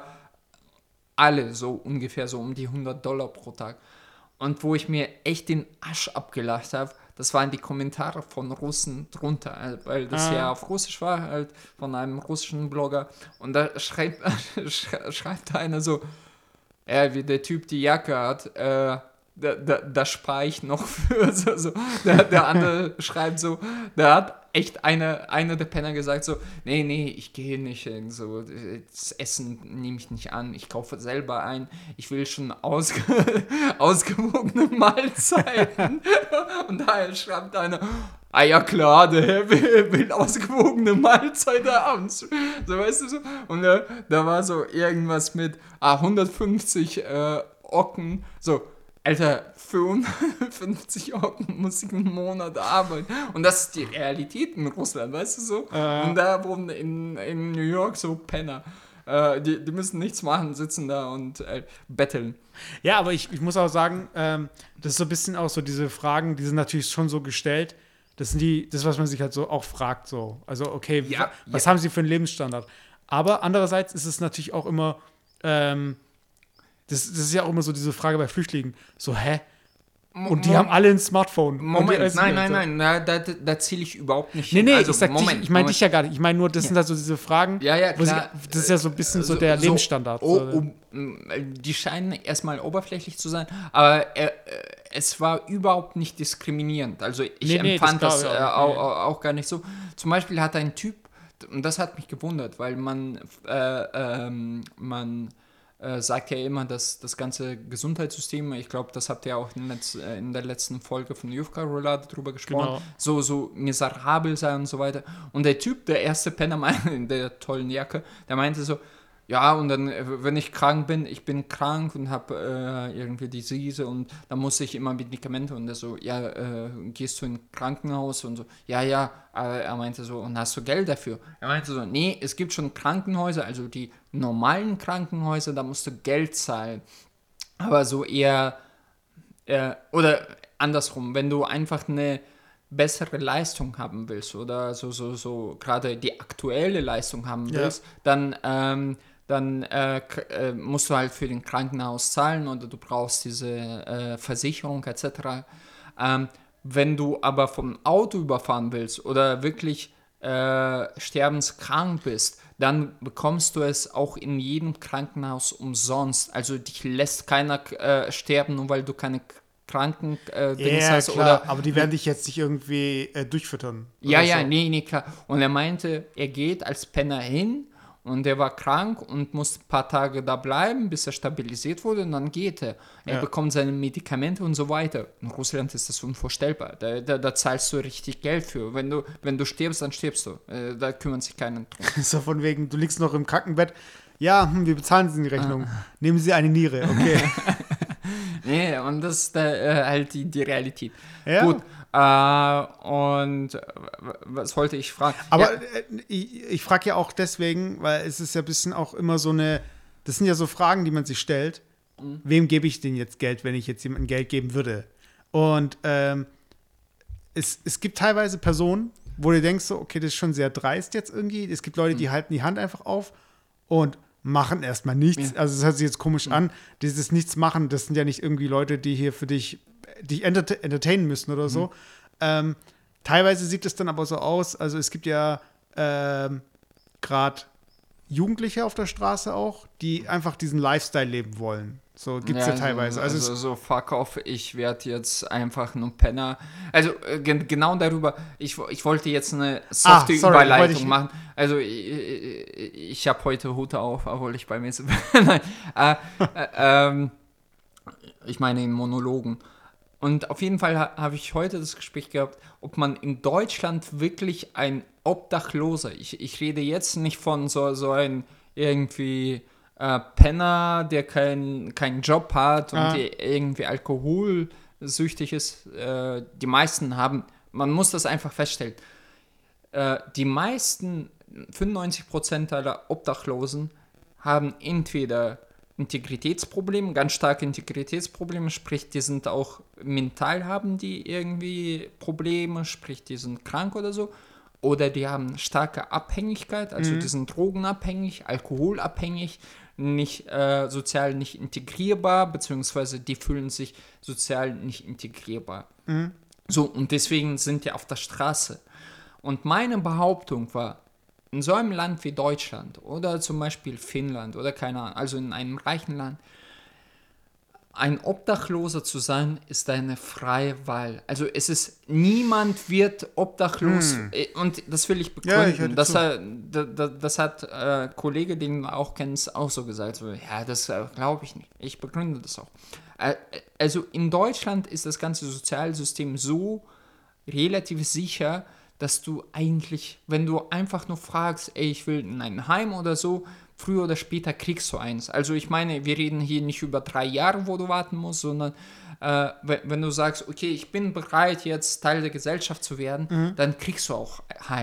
alle so ungefähr so um die hundert Dollar pro Tag. Und wo ich mir echt den Arsch abgelacht habe, das waren die Kommentare von Russen drunter, äh, weil das Ah. ja auf Russisch war, halt von einem russischen Blogger. Und da schreibt, sch- schreibt einer so, ja, wie der Typ die Jacke hat, äh, da, da, da spare ich noch für. So, so. Der, der andere schreibt so, da hat echt eine, einer der Penner gesagt so, nee, nee, ich gehe nicht in so, das Essen nehme ich nicht an, ich kaufe selber ein, ich will schon ausge, ausgewogene Mahlzeiten. Und daher schreibt einer, ah ja klar, der will, will ausgewogene Mahlzeiten abends. So, weißt du so? Und äh, da war so irgendwas mit ah, hundertfünfzig äh, Ocken, so, Alter, für fünfzig Ocken muss ich einen Monat arbeiten. Und das ist die Realität in Russland, weißt du so? Äh. Und da wohnen in, in New York so Penner. Äh, die, die müssen nichts machen, sitzen da und äh, betteln. Ja, aber ich, ich muss auch sagen, ähm, das ist so ein bisschen auch so diese Fragen, die sind natürlich schon so gestellt, Das sind die, das, was man sich halt so auch fragt, so. Also, okay, Ja, wa- was ja. haben sie für einen Lebensstandard? Aber andererseits ist es natürlich auch immer, ähm, das, das ist ja auch immer so diese Frage bei Flüchtlingen, so, hä? Und die Mo- haben alle ein Smartphone. Und die Moment, essen nein, halt nein, so. nein, da, da, da zähle ich überhaupt nicht Nee, hin. nee, Also, ich sag Moment, dich, ich meine Moment. dich ja gar nicht. Ich meine nur, das sind halt so diese Fragen, Ja, ja, wo sie, klar. das ist ja so ein bisschen so, So- der so- Lebensstandard. Oh, so. oh, die scheinen erstmal oberflächlich zu sein, aber äh, äh, es war überhaupt nicht diskriminierend. Also ich Nee, nee, empfand das das, glaub äh, ich auch auch, nicht, nee. auch, auch gar nicht so. Zum Beispiel hat ein Typ, und das hat mich gewundert, weil man, äh, ähm, man äh, sagt ja immer, dass das ganze Gesundheitssystem, ich glaube, das habt ihr auch in, letz, äh, in der letzten Folge von Jufka Roulade drüber gesprochen, Genau. so, so miserabel sei und so weiter. Und der Typ, der erste Penner meinte, in der tollen Jacke, der meinte so, ja, und dann, äh, wenn ich krank bin, ich bin krank und habe äh, irgendwie Disease und dann muss ich immer Medikamente und er so, ja, äh, gehst du in ein Krankenhaus und so, ja, ja, aber er meinte so, und hast du Geld dafür? Er meinte so, nee, es gibt schon Krankenhäuser, also die normalen Krankenhäuser, da musst du Geld zahlen, aber so eher, äh, oder andersrum, wenn du einfach eine bessere Leistung haben willst oder so, so, so gerade die aktuelle Leistung haben Ja. willst, dann, ähm, dann äh, k- äh, musst du halt für den Krankenhaus zahlen oder du brauchst diese äh, Versicherung et cetera. Ähm, wenn du aber vom Auto überfahren willst oder wirklich äh, sterbenskrank bist, dann bekommst du es auch in jedem Krankenhaus umsonst. Also dich lässt keiner äh, sterben, nur weil du keine Kranken äh, Dings Ja, hast klar, oder aber die werden dich jetzt nicht irgendwie äh, durchfüttern. ja, oder ja, so. nee, nee, klar. Und er meinte, er geht als Penner hin und er war krank und musste ein paar Tage da bleiben, bis er stabilisiert wurde und dann geht er. Er Ja. bekommt seine Medikamente und so weiter. In Russland ist das unvorstellbar. Da, da, da zahlst du richtig Geld für. Wenn du, wenn du stirbst, dann stirbst du. Äh, da kümmert sich keiner drum. So von wegen, du liegst noch im Krankenbett. Ja, hm, wir bezahlen Sie die Rechnung. Ah. Nehmen Sie eine Niere, okay. Nee, und das ist äh, halt die, die Realität. Ja. Gut, äh, und äh, was wollte ich fragen? Aber ja, äh, ich, ich frage ja auch deswegen, weil es ist ja ein bisschen auch immer so eine, das sind ja so Fragen, die man sich stellt. Mhm. Wem gebe ich denn jetzt Geld, wenn ich jetzt jemandem Geld geben würde? Und ähm, es, es gibt teilweise Personen, wo du denkst so, okay, das ist schon sehr dreist jetzt irgendwie. Es gibt Leute, die halten die Hand einfach auf und machen erstmal nichts. Ja. Also das hört sich jetzt komisch an. Dieses Nichts machen, das sind ja nicht irgendwie Leute, die hier für dich, dich enter entertainen müssen oder so. Ähm, teilweise sieht es dann aber so aus, also es gibt ja ähm, gerade Jugendliche auf der Straße auch, die einfach diesen Lifestyle leben wollen. So gibt es ja, teilweise. Also, also es, so fuck off, ich werde jetzt einfach nur Penner. Also äh, gen- genau darüber, ich, wo- ich wollte jetzt eine softe Ah, sorry, Überleitung wollte ich- machen. Also ich, ich, ich habe heute Hut auf, obwohl ich bei mir bin. Nein, äh, äh, ähm, ich meine in Monologen. Und auf jeden Fall ha- habe ich heute das Gespräch gehabt, ob man in Deutschland wirklich ein Obdachloser, ich, ich rede jetzt nicht von so, so ein irgendwie äh, Penner, der keinen keinen Job hat und Ah. der irgendwie alkoholsüchtig ist. Äh, die meisten haben, man muss das einfach feststellen, äh, die meisten, fünfundneunzig Prozent aller Obdachlosen haben entweder Integritätsprobleme, ganz starke Integritätsprobleme, sprich, die sind auch mental, haben die irgendwie Probleme, sprich, die sind krank oder so, oder die haben starke Abhängigkeit, also die sind drogenabhängig, alkoholabhängig, nicht äh, sozial nicht integrierbar, beziehungsweise die fühlen sich sozial nicht integrierbar. So, und deswegen sind die auf der Straße. Und meine Behauptung war, in so einem Land wie Deutschland oder zum Beispiel Finnland oder keine Ahnung, also in einem reichen Land, ein Obdachloser zu sein, ist eine freie Wahl. Also es ist, niemand wird obdachlos äh, und das will ich Ja, ich begründen. höre das, zu. hat, das, das, das hat äh, Kollege, den du auch kennst, auch so gesagt. So, ja, das äh, glaube ich nicht. Ich begründe das auch. Äh, also in Deutschland ist das ganze Sozialsystem so relativ sicher, dass du eigentlich, wenn du einfach nur fragst, ey, ich will in ein Heim oder so, früher oder später kriegst du eins. Also ich meine, wir reden hier nicht über drei Jahre, wo du warten musst, sondern äh, wenn, wenn du sagst, okay, ich bin bereit, jetzt Teil der Gesellschaft zu werden, dann kriegst du auch Heim.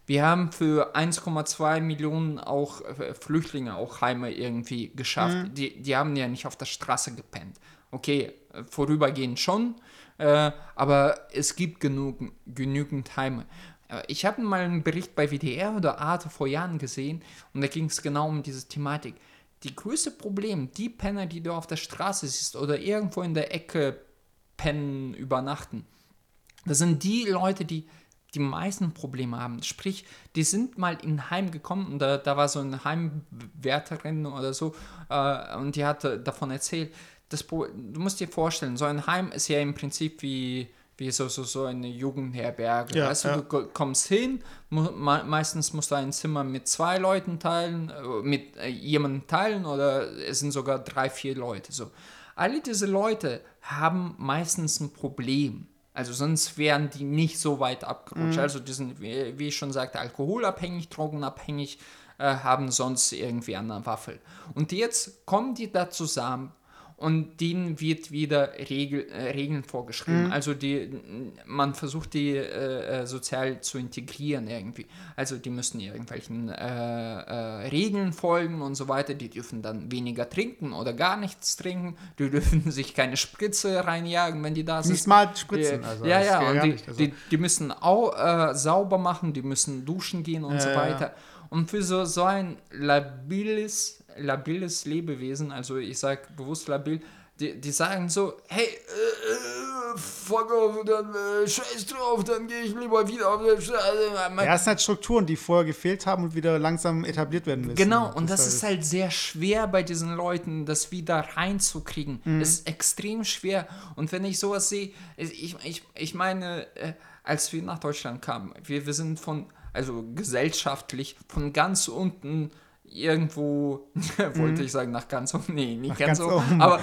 Wir haben für eins Komma zwei Millionen auch äh, Flüchtlinge, auch Heime irgendwie geschafft. Mhm. Die, die haben ja nicht auf der Straße gepennt. Okay, vorübergehend schon, äh, aber es gibt genug, genügend Heime. Ich habe mal einen Bericht bei W D R oder Arte vor Jahren gesehen und da ging es genau um diese Thematik. Die größte Problem, die Penner, die du auf der Straße siehst oder irgendwo in der Ecke pennen, übernachten, das sind die Leute, die die meisten Probleme haben. Sprich, die sind mal in ein Heim gekommen und da, da war so eine Heimwärterin oder so äh, und die hat davon erzählt, das, du musst dir vorstellen, so ein Heim ist ja im Prinzip wie, wie so, so, so eine Jugendherberge. Ja, weißt du, ja. Du kommst hin, mu- meistens musst du ein Zimmer mit zwei Leuten teilen, mit äh, jemandem teilen oder es sind sogar drei, vier Leute. So. Alle diese Leute haben meistens ein Problem. Also sonst wären die nicht so weit abgerutscht. Mhm. Also die sind, wie, wie ich schon sagte, alkoholabhängig, drogenabhängig, äh, haben sonst irgendwie an der Waffel. Und jetzt kommen die da zusammen und denen wird wieder Regel, äh, Regeln vorgeschrieben. Mhm. Also die, man versucht die äh, sozial zu integrieren irgendwie. Also die müssen irgendwelchen äh, äh, Regeln folgen und so weiter. Die dürfen dann weniger trinken oder gar nichts trinken. Die dürfen sich keine Spritze reinjagen, wenn die da sind. Nicht mal spritzen. Also ja, ja, und die, nicht, also. die, die müssen auch äh, sauber machen, die müssen duschen gehen und äh, so weiter. Und für so, so ein labiles labiles Lebewesen, also ich sag bewusst labil, die, die sagen so, hey, äh, fuck auf, dann äh, scheiß drauf, dann gehe ich lieber wieder auf der Straße. Ja, es sind halt Strukturen, die vorher gefehlt haben und wieder langsam etabliert werden müssen. Genau, und das, das ist halt sehr schwer bei diesen Leuten, das wieder reinzukriegen. Mhm. Das ist extrem schwer. Und wenn ich sowas sehe, ich, ich, ich meine, äh, als wir nach Deutschland kamen, wir, wir sind von, also gesellschaftlich, von ganz unten irgendwo, wollte ich sagen, nach ganz oben, nee, nicht ganz, ganz oben, aber,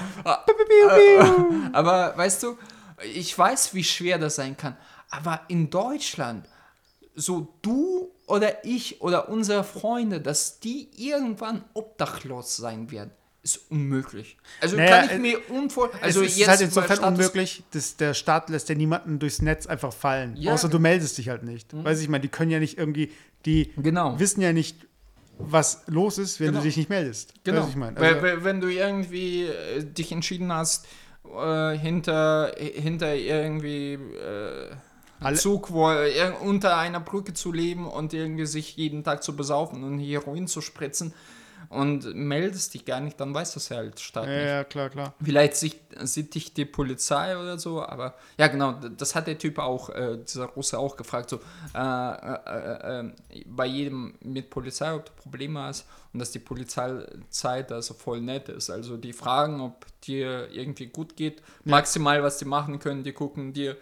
äh, aber weißt du, ich weiß, wie schwer das sein kann, aber in Deutschland, so du oder ich oder unsere Freunde, dass die irgendwann obdachlos sein werden, ist unmöglich. Also naja, kann ich mir unvorstellen. Also es ist jetzt halt insofern unmöglich, dass der Staat lässt ja niemanden durchs Netz einfach fallen, ja, außer du meldest dich halt nicht. Mhm. Weißt du, ich meine, die können ja nicht irgendwie, die genau. wissen ja nicht, was los ist, wenn genau. du dich nicht meldest. Genau. Was ich mein. Also, wenn, wenn du irgendwie äh, dich entschieden hast, äh, hinter, hinter irgendwie äh, einem Zug, wo, äh, unter einer Brücke zu leben und irgendwie sich jeden Tag zu besaufen und Heroin zu spritzen und meldest dich gar nicht, dann weiß das ja halt Staat ja, nicht. Ja, klar, klar. Vielleicht sieht, sieht dich die Polizei oder so, aber ja genau, das hat der Typ auch, äh, dieser Russe auch gefragt, so äh, äh, äh, bei jedem mit Polizei, ob du Probleme hast und dass die Polizeizeit also voll nett ist. Also die fragen, ob dir irgendwie gut geht, ja. Maximal was die machen können, die gucken dir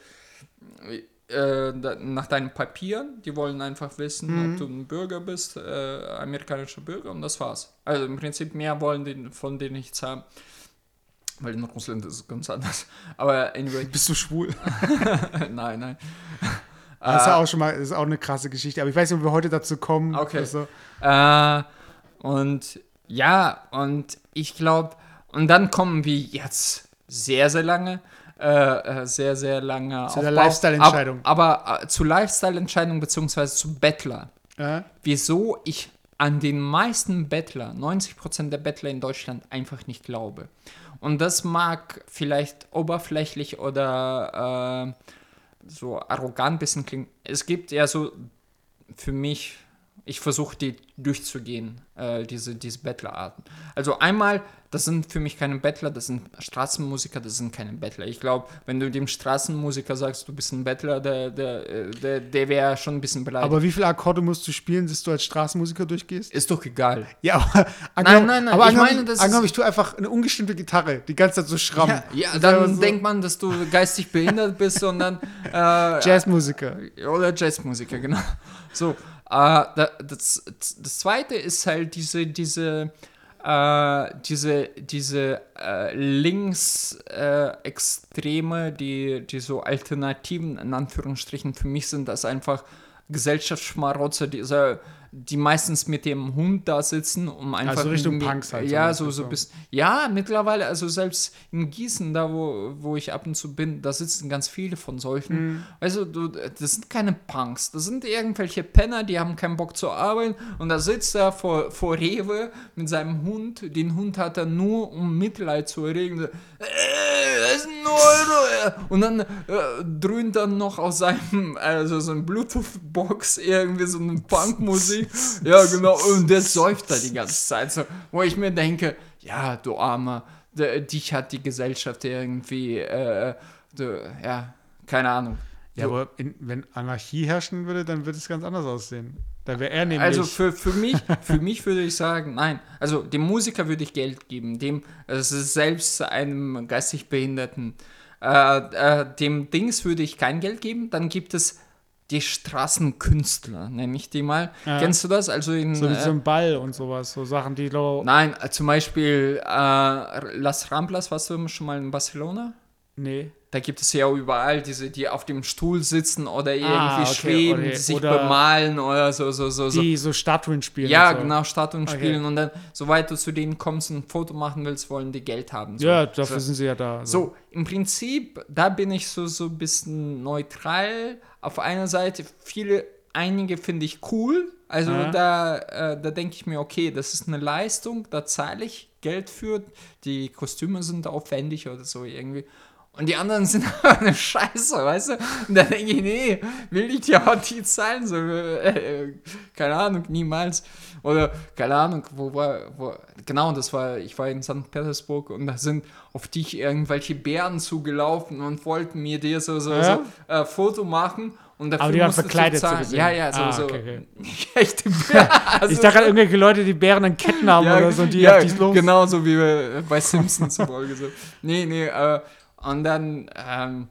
äh, nach deinen Papieren, die wollen einfach wissen, mhm. ob du ein Bürger bist, äh, amerikanischer Bürger und das war's. Also im Prinzip mehr wollen die von denen nichts haben. Weil in Russland ist es ganz anders. Aber anyway. Bist du schwul? Nein, nein. Das ist ja auch schon mal, das ist auch eine krasse Geschichte. Aber ich weiß nicht, ob wir heute dazu kommen. Okay. So. Äh, und ja, und ich glaube, und dann kommen wir jetzt sehr, sehr lange, äh, sehr, sehr lange zu der Lifestyle-Entscheidung. Aber, aber äh, zu Lifestyle-Entscheidung beziehungsweise zu Bettler. Äh? Wieso ich an den meisten Bettler, neunzig Prozent der Bettler in Deutschland einfach nicht glaube. Und das mag vielleicht oberflächlich oder äh, so arrogant ein bisschen klingen. Es gibt ja so für mich, ich versuche die durchzugehen, äh, diese, diese Bettlerarten. Also einmal, das sind für mich keine Bettler, das sind Straßenmusiker, das sind keine Bettler. Ich glaube, wenn du dem Straßenmusiker sagst, du bist ein Bettler, der, der, der, der wäre schon ein bisschen beleidigt. Aber wie viele Akkorde musst du spielen, bis du als Straßenmusiker durchgehst? Ist doch egal. Ja, aber nein, nein, nein. Aber ich meine, das angenommen, ich tue einfach eine ungestimmte Gitarre, die ganze Zeit so schrammen. Ja, ja dann so denkt man, dass du geistig behindert bist und dann äh, Jazzmusiker. Oder Jazzmusiker, genau. So, äh, das, das Zweite ist halt diese, diese Äh, diese diese äh, Linksextreme, äh, die, die so Alternativen in Anführungsstrichen, für mich sind das einfach Gesellschaftsschmarotzer, diese, die meistens mit dem Hund da sitzen, um einfach... Also Richtung irgendwie- Punks halt. Ja, so so, so bis, ja, mittlerweile, also selbst in Gießen, da wo, wo ich ab und zu bin, da sitzen ganz viele von solchen. Mhm. Also, du, das sind keine Punks, das sind irgendwelche Penner, die haben keinen Bock zu arbeiten und da sitzt er vor, vor Rewe mit seinem Hund. Den Hund hat er nur, um Mitleid zu erregen. So, äh, das ist ein Euro. Und dann äh, dröhnt dann noch aus seinem, also so ein Bluetooth-Box irgendwie so eine Punkmusik. Ja, genau, und der säuft da die ganze Zeit so, wo ich mir denke, ja, du Armer, d- dich hat die Gesellschaft irgendwie, äh, du, ja, keine Ahnung. Ja, aber in, wenn Anarchie herrschen würde, dann würde es ganz anders aussehen. Da wäre er nämlich... Also für, für, mich, für mich würde ich sagen, nein. Also dem Musiker würde ich Geld geben, dem, also selbst einem geistig Behinderten, äh, äh, dem Dings würde ich kein Geld geben. Dann gibt es die Straßenkünstler, nenne ich die mal. Ja. Kennst du das? Also in, so wie äh, so ein Ball und sowas, so Sachen, die... Lo- nein, äh, zum Beispiel äh, Las Ramblas, warst du schon mal in Barcelona? nee. Da gibt es ja überall diese, die auf dem Stuhl sitzen oder irgendwie Ah, okay, schweben, okay. die sich Oder bemalen oder so, so, so. so. Die so Statuen spielen. Ja, und so. genau, Statuen Okay. spielen und dann, soweit du zu denen kommst und ein Foto machen willst, wollen die Geld haben. So. Ja, dafür so. sind sie ja da. So, im Prinzip, da bin ich so, so ein bisschen neutral. Auf einer Seite, viele, einige finde ich cool. Also Ja. da, äh, da denke ich mir, okay, das ist eine Leistung, da zahle ich Geld für. Die Kostüme sind aufwendig oder so irgendwie. Und die anderen sind aber eine Scheiße, weißt du? Und da denke ich, nee, will ich dir auch die zahlen? So, äh, keine Ahnung, niemals. Oder, keine Ahnung, wo war, wo, genau, das war, ich war in Sankt Petersburg und da sind auf dich irgendwelche Bären zugelaufen und wollten mir dir so, so, Ja? so äh, Foto machen. Und dafür Aber die waren musstest du verkleidet so zahlen. gesehen. Ja, ja, so, Ah, so. okay, okay. Nicht echte Bären. Also Ich dachte gerade, irgendwelche Leute, die Bären an Ketten haben oder so, die ja, auf die los. genau so wie bei- bei Simpsons Folge so. Nee, nee, äh, und dann, ähm,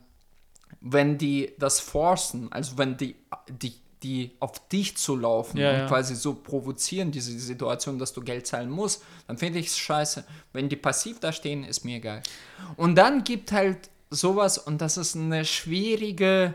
wenn die das forcen, also wenn die, die, die auf dich zu laufen Ja, und ja. quasi so provozieren, diese Situation, dass du Geld zahlen musst, dann finde ich es scheiße. Wenn die passiv da stehen, ist mir egal. Und dann gibt halt sowas, und das ist eine schwierige,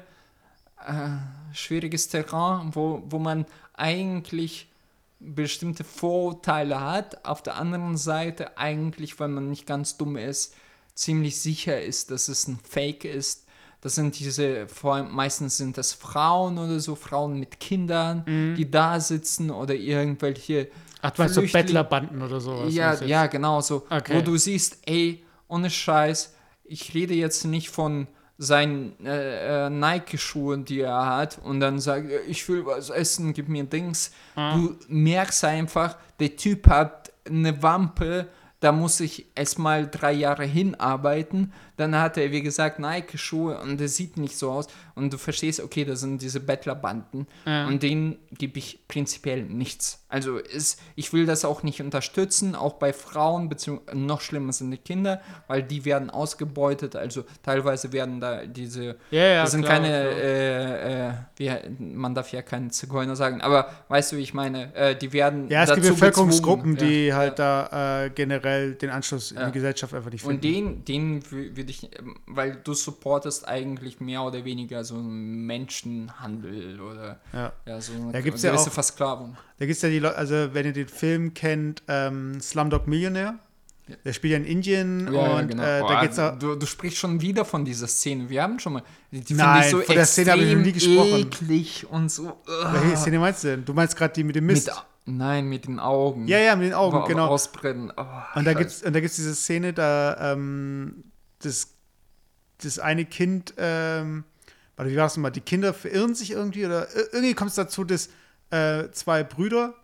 äh, schwieriges Terrain, wo, wo man eigentlich bestimmte Vorurteile hat, auf der anderen Seite eigentlich, weil man nicht ganz dumm ist, ziemlich sicher ist, dass es ein Fake ist. Das sind diese, vor allem meistens sind das Frauen oder so, Frauen mit Kindern, die da sitzen oder irgendwelche Ach, du meinst so Flüchtling- Bettlerbanden oder sowas? ja, meinst du jetzt? ja, genau so. Okay. Wo du siehst, ey, ohne Scheiß, ich rede jetzt nicht von seinen äh, äh, Nike-Schuhen, die er hat, und dann sagt, er, ich will was essen, gib mir Dings. Ah. Du merkst einfach, der Typ hat eine Wampe, da muss ich erstmal drei Jahre hinarbeiten. Dann hat er, wie gesagt, Nike-Schuhe und der sieht nicht so aus. Und du verstehst, okay, das sind diese Bettlerbanden. Ja. Und denen gebe ich prinzipiell nichts. Also ist, ich will das auch nicht unterstützen, auch bei Frauen, beziehungsweise noch schlimmer sind die Kinder, weil die werden ausgebeutet. Also teilweise werden da diese, Ja, ja, das sind klar, keine, klar. äh, äh, wie, man darf ja keinen Zigeuner sagen, aber weißt du, wie ich meine, äh, die werden Ja, es dazu gibt Bevölkerungsgruppen, gezwungen. die Ja, halt ja. da äh, generell den Anschluss in Ja. die Gesellschaft einfach nicht finden. Und den, den wü- würde ich, ähm, weil du supportest eigentlich mehr oder weniger so einen Menschenhandel oder ja. ja, so eine Da gibt's gewisse ja auch- Versklavung. Da gibt es ja die Leute, also wenn ihr den Film kennt, ähm, Slumdog Millionaire, Ja. der spielt ja in Indien Ja, und genau. äh, da Boah, geht's auch, du, du sprichst schon wieder von dieser Szene. Wir haben schon mal. Die, die Nein, finde ich so von der Szene habe ich noch nie extrem gesprochen. eklig und so. welche Szene meinst du denn? Du meinst gerade die mit dem Mist? Mit, nein, mit den Augen. Ja, ja, mit den Augen, Wo- genau. Ausbrennen. Oh, Und da Scheiße. gibt's und da gibt's diese Szene, da ähm, das, das eine Kind, ähm, warte, wie war das nochmal? Die Kinder verirren sich irgendwie oder ir- irgendwie kommt es dazu, dass äh, zwei Brüder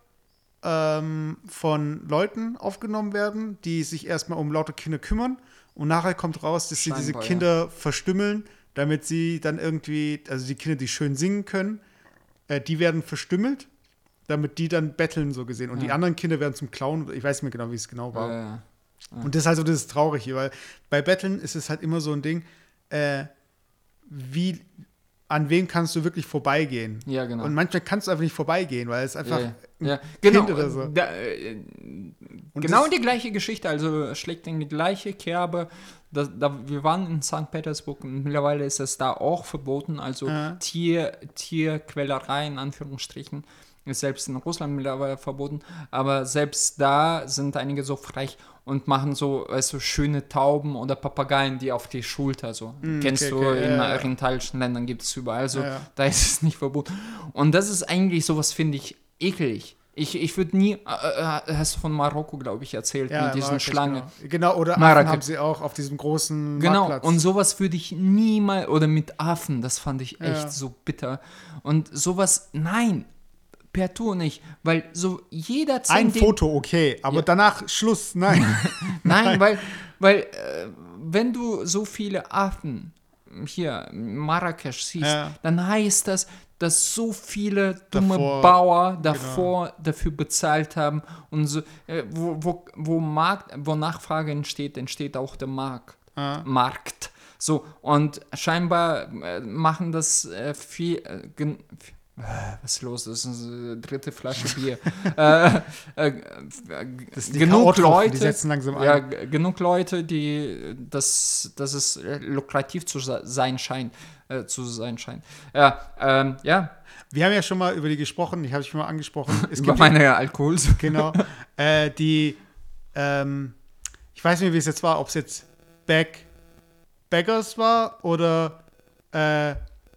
ähm, von Leuten aufgenommen werden, die sich erstmal um lauter Kinder kümmern und nachher kommt raus, dass sie diese Scheinbar, Kinder verstümmeln, damit sie dann irgendwie, also die Kinder, die schön singen können, äh, die werden verstümmelt, damit die dann betteln, so gesehen. Und die Ja. anderen Kinder werden zum Clown, ich weiß nicht mehr genau, wie es genau war. Ja, ja. Und das ist halt so das Traurige, weil bei Betteln ist es halt immer so ein Ding, äh, wie, an wem kannst du wirklich vorbeigehen? Ja, genau. Und manchmal kannst du einfach nicht vorbeigehen, weil es einfach, Ja, ja. ja, genau, Kind oder so. Da, äh, genau die gleiche Geschichte, also schlägt in die gleiche Kerbe. Da, da, wir waren in Sankt Petersburg und mittlerweile ist es da auch verboten, also Ja. Tier, Tierquälerei in Anführungsstrichen ist selbst in Russland mittlerweile verboten, aber selbst da sind einige so frech und machen so, weißt du, schöne Tauben oder Papageien, die auf die Schulter so. Mm, Kennst okay, du, okay, in ja, ja. orientalischen Ländern gibt es überall so, Ja, ja. da ist es nicht verboten. Und das ist eigentlich sowas, finde ich, eklig. Ich, ich würde nie, äh, äh, hast du von Marokko, glaube ich, erzählt, Ja, mit diesen Marrakesch, Schlangen. Genau, genau oder Affen Marrakesch. haben sie auch auf diesem großen Genau, Marktplatz. und sowas würde ich niemals, oder mit Affen, das fand ich echt Ja. so bitter. Und sowas, nein, per Tour nicht, weil so jeder Ein Zentim- Foto, okay, aber Ja. danach Schluss, nein. Nein, weil, weil äh, wenn du so viele Affen hier in Marrakesch siehst, Ja. dann heißt das, dass so viele dumme Davor, Bauer davor dafür bezahlt haben und so, äh, wo, wo, wo, Markt, wo Nachfrage entsteht, entsteht auch der Markt. Ja. Markt. So, und scheinbar äh, machen das äh, viel, äh, gen- äh, was ist los? Das ist eine dritte Flasche Bier. äh, äh, Das ist die genug K O-Tropfen, Leute, die setzen langsam ein. ja, g- genug Leute, die das, dass es äh, lukrativ zu se- sein scheint, äh, zu sein scheint. Ja, ähm, ja, Wir haben ja schon mal über die gesprochen, die habe ich schon mal angesprochen. Es über gibt meine Alkoholsucht. genau, äh, die, ähm, ich weiß nicht, wie es jetzt war, ob es jetzt Backpackers war oder äh,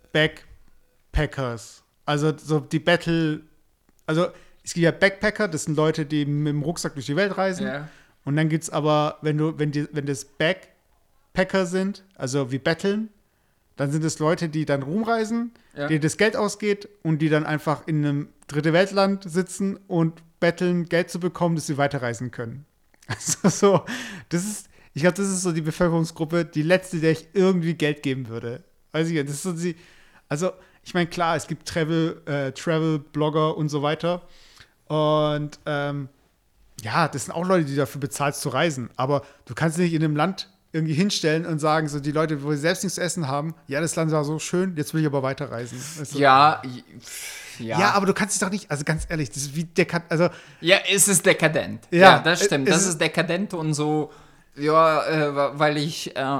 Backpackers. Also so die Battle, also es gibt ja Backpacker, das sind Leute, die mit dem Rucksack durch die Welt reisen. Ja. Und dann gibt es aber, wenn du, wenn die, wenn das Backpacker sind, also wie Betteln, dann sind es Leute, die dann rumreisen, Ja. die das Geld ausgeht und die dann einfach in einem dritte Weltland sitzen und betteln, Geld zu bekommen, dass sie weiterreisen können. Also so, das ist, ich glaube, das ist so die Bevölkerungsgruppe, die letzte, der ich irgendwie Geld geben würde. Weiß ich nicht, das ist so die, also ich meine, klar, es gibt Travel, äh, Travel-Blogger und so weiter. Und ähm, ja, das sind auch Leute, die dafür bezahlt zu reisen. Aber du kannst dich nicht in einem Land irgendwie hinstellen und sagen, so die Leute, wo sie selbst nichts zu essen haben, ja, das Land war so schön, jetzt will ich aber weiterreisen. Weißt du? Ja, j- pff, ja. Ja, aber du kannst dich doch nicht, also ganz ehrlich, das ist wie der kann, also Ja, es ist dekadent. Ja, Ja, das stimmt. es Das ist- ist dekadent und so, ja, äh, wa- weil ich äh,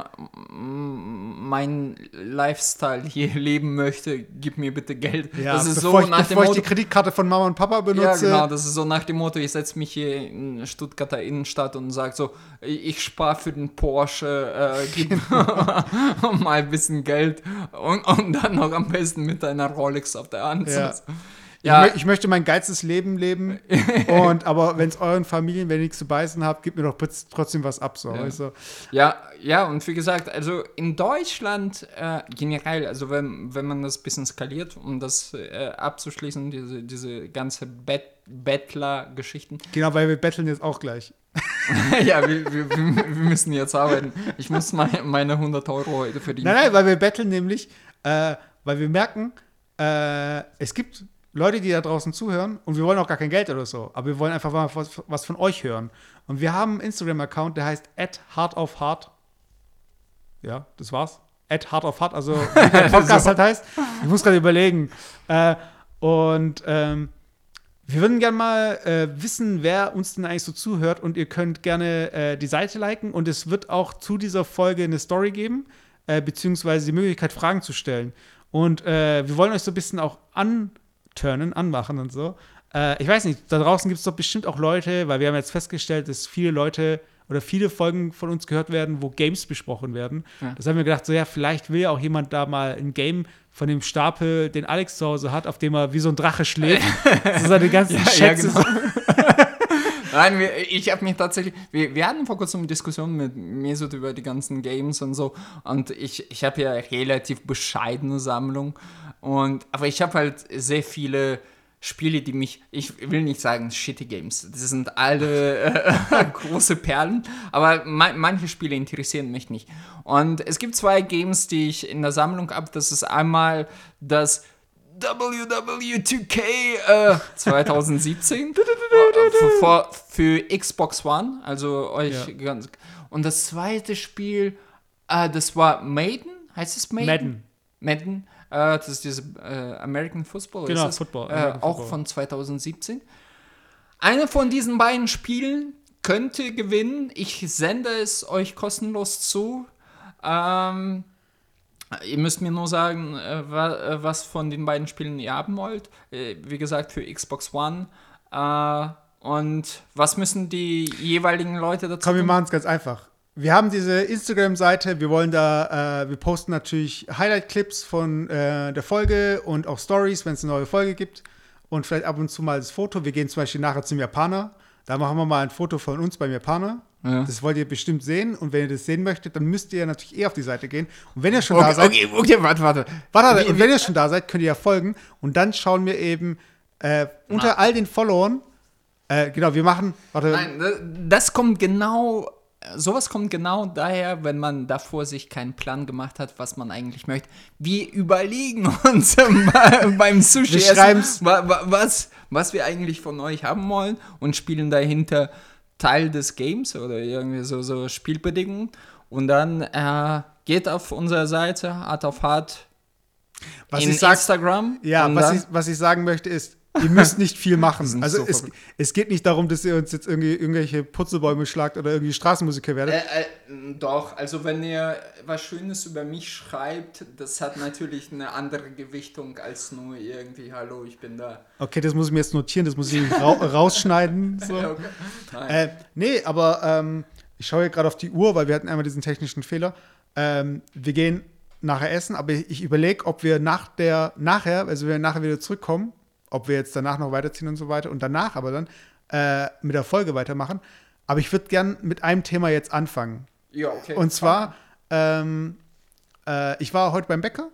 m- meinen Lifestyle hier leben möchte, gib mir bitte Geld. ja, das ist bevor, so ich, nach dem bevor ich Motto. die Kreditkarte von Mama und Papa Ja, benutze. genau, das ist so nach dem Motto, ich setze mich hier in Stuttgarter Innenstadt und sage so, ich, ich spare für den Porsche, äh, gib mal ein bisschen Geld und, und dann noch am besten mit einer Rolex auf der Hand. Ja. So. Ich, Ja. mö ich möchte mein geilstes Leben leben. Und aber wenn es euren Familien, wenn ihr nichts zu beißen habt, gebt mir doch putz- trotzdem was ab. So, Ja. weißt du? Ja, ja, und wie gesagt, also in Deutschland äh, generell, also wenn, wenn man das ein bisschen skaliert, um das äh, abzuschließen, diese, diese ganze Bet Bettler-Geschichten. Genau, weil wir betteln jetzt auch gleich. Ja, wir, wir, wir müssen jetzt arbeiten. Ich muss meine, meine hundert Euro heute verdienen. Nein, nein, weil wir betteln nämlich, äh, weil wir merken, äh, es gibt Leute, die da draußen zuhören und wir wollen auch gar kein Geld oder so, aber wir wollen einfach mal was, was von euch hören. Und wir haben einen Instagram-Account, der heißt at heart of heart. Ja, das war's. At heart of heart, also wie der Podcast So. halt heißt. Ich muss gerade überlegen. Äh, und ähm, wir würden gerne mal äh, wissen, wer uns denn eigentlich so zuhört und ihr könnt gerne äh, die Seite liken und es wird auch zu dieser Folge eine Story geben, äh, beziehungsweise die Möglichkeit, Fragen zu stellen. Und äh, wir wollen euch so ein bisschen auch anturnen, anmachen und so. Äh, ich weiß nicht, da draußen gibt es doch bestimmt auch Leute, weil wir haben jetzt festgestellt, dass viele Leute oder viele Folgen von uns gehört werden, wo Games besprochen werden. Ja. Das haben wir gedacht, so ja, vielleicht will ja auch jemand da mal ein Game von dem Stapel, den Alex zu Hause hat, auf dem er wie so ein Drache schläft. So seine ganzen Ja, ja, Schätze. genau. Nein, wir, ich habe mich tatsächlich, wir, wir hatten vor kurzem eine Diskussion mit Mesut über die ganzen Games und so und ich, ich habe ja relativ bescheidene Sammlung und, aber ich habe halt sehr viele Spiele, die mich, ich will nicht sagen shitty Games, das sind alle äh, große Perlen, aber ma- manche Spiele interessieren mich nicht. Und es gibt zwei Games, die ich in der Sammlung habe, das ist einmal das W W zwei K äh, zwanzig siebzehn für, für, für Xbox One, also euch Ja. ganz. Und das zweite Spiel, äh, das war Madden, heißt es Madden? Madden. Madden, äh, das ist diese äh, American Football, Genau, ist es? Football, Äh, American auch Football. von zwanzig siebzehn. Eine von diesen beiden Spielen könnte gewinnen. Ich sende es euch kostenlos zu. Ähm, ihr müsst mir nur sagen, äh, wa- äh, was von den beiden Spielen ihr haben wollt. Äh, wie gesagt, für Xbox One. Äh, und was müssen die jeweiligen Leute dazu Komm, wir tun? machen es ganz einfach. Wir haben diese Instagram-Seite, wir wollen da, äh, wir posten natürlich Highlight-Clips von äh, der Folge und auch Stories, wenn es eine neue Folge gibt. Und vielleicht ab und zu mal das Foto. Wir gehen zum Beispiel nachher zum Japaner. Da machen wir mal ein Foto von uns beim Japaner. Ja. Das wollt ihr bestimmt sehen. Und wenn ihr das sehen möchtet, dann müsst ihr natürlich eh auf die Seite gehen. Und wenn ihr schon Okay, da seid, okay, okay, warte, warte. warte, Wie- und wenn ihr schon da seid, könnt ihr ja folgen. Und dann schauen wir eben äh, unter all den Followern, äh, genau, wir machen, warte, Nein, das- das kommt genau, sowas kommt genau daher, wenn man davor sich keinen Plan gemacht hat, was man eigentlich möchte. Wir überlegen uns bei- beim Sushi Wir essen, schreiben's. wa- wa- was, was wir eigentlich von euch haben wollen und spielen dahinter Teil des Games oder irgendwie so, so Spielbedingungen. Und dann äh, geht auf unsere Seite, Art of Hard, was in ich sag, Instagram. ja, und was dann, ich, was ich sagen möchte ist, ihr müsst nicht viel machen. sind Also so es, verrückt. es geht nicht darum, dass ihr uns jetzt irgendwie irgendwelche Putzelbäume schlagt oder irgendwie Straßenmusiker werdet. Äh, äh, doch, also wenn ihr was Schönes über mich schreibt, das hat natürlich eine andere Gewichtung als nur irgendwie, hallo, ich bin da. Okay, das muss ich mir jetzt notieren, das muss ich ra rausschneiden. So. Ja, okay. Nein. Äh, nee, aber ähm, ich schaue hier gerade auf die Uhr, weil wir hatten einmal diesen technischen Fehler. Ähm, wir gehen nachher essen, aber ich, ich überlege, ob wir nach der, nachher, also wenn wir nachher wieder zurückkommen, ob wir jetzt danach noch weiterziehen und so weiter und danach aber dann äh, mit der Folge weitermachen. Aber ich würde gern mit einem Thema jetzt anfangen. ja, okay. Und zwar, ähm, äh, ich war heute beim Bäcker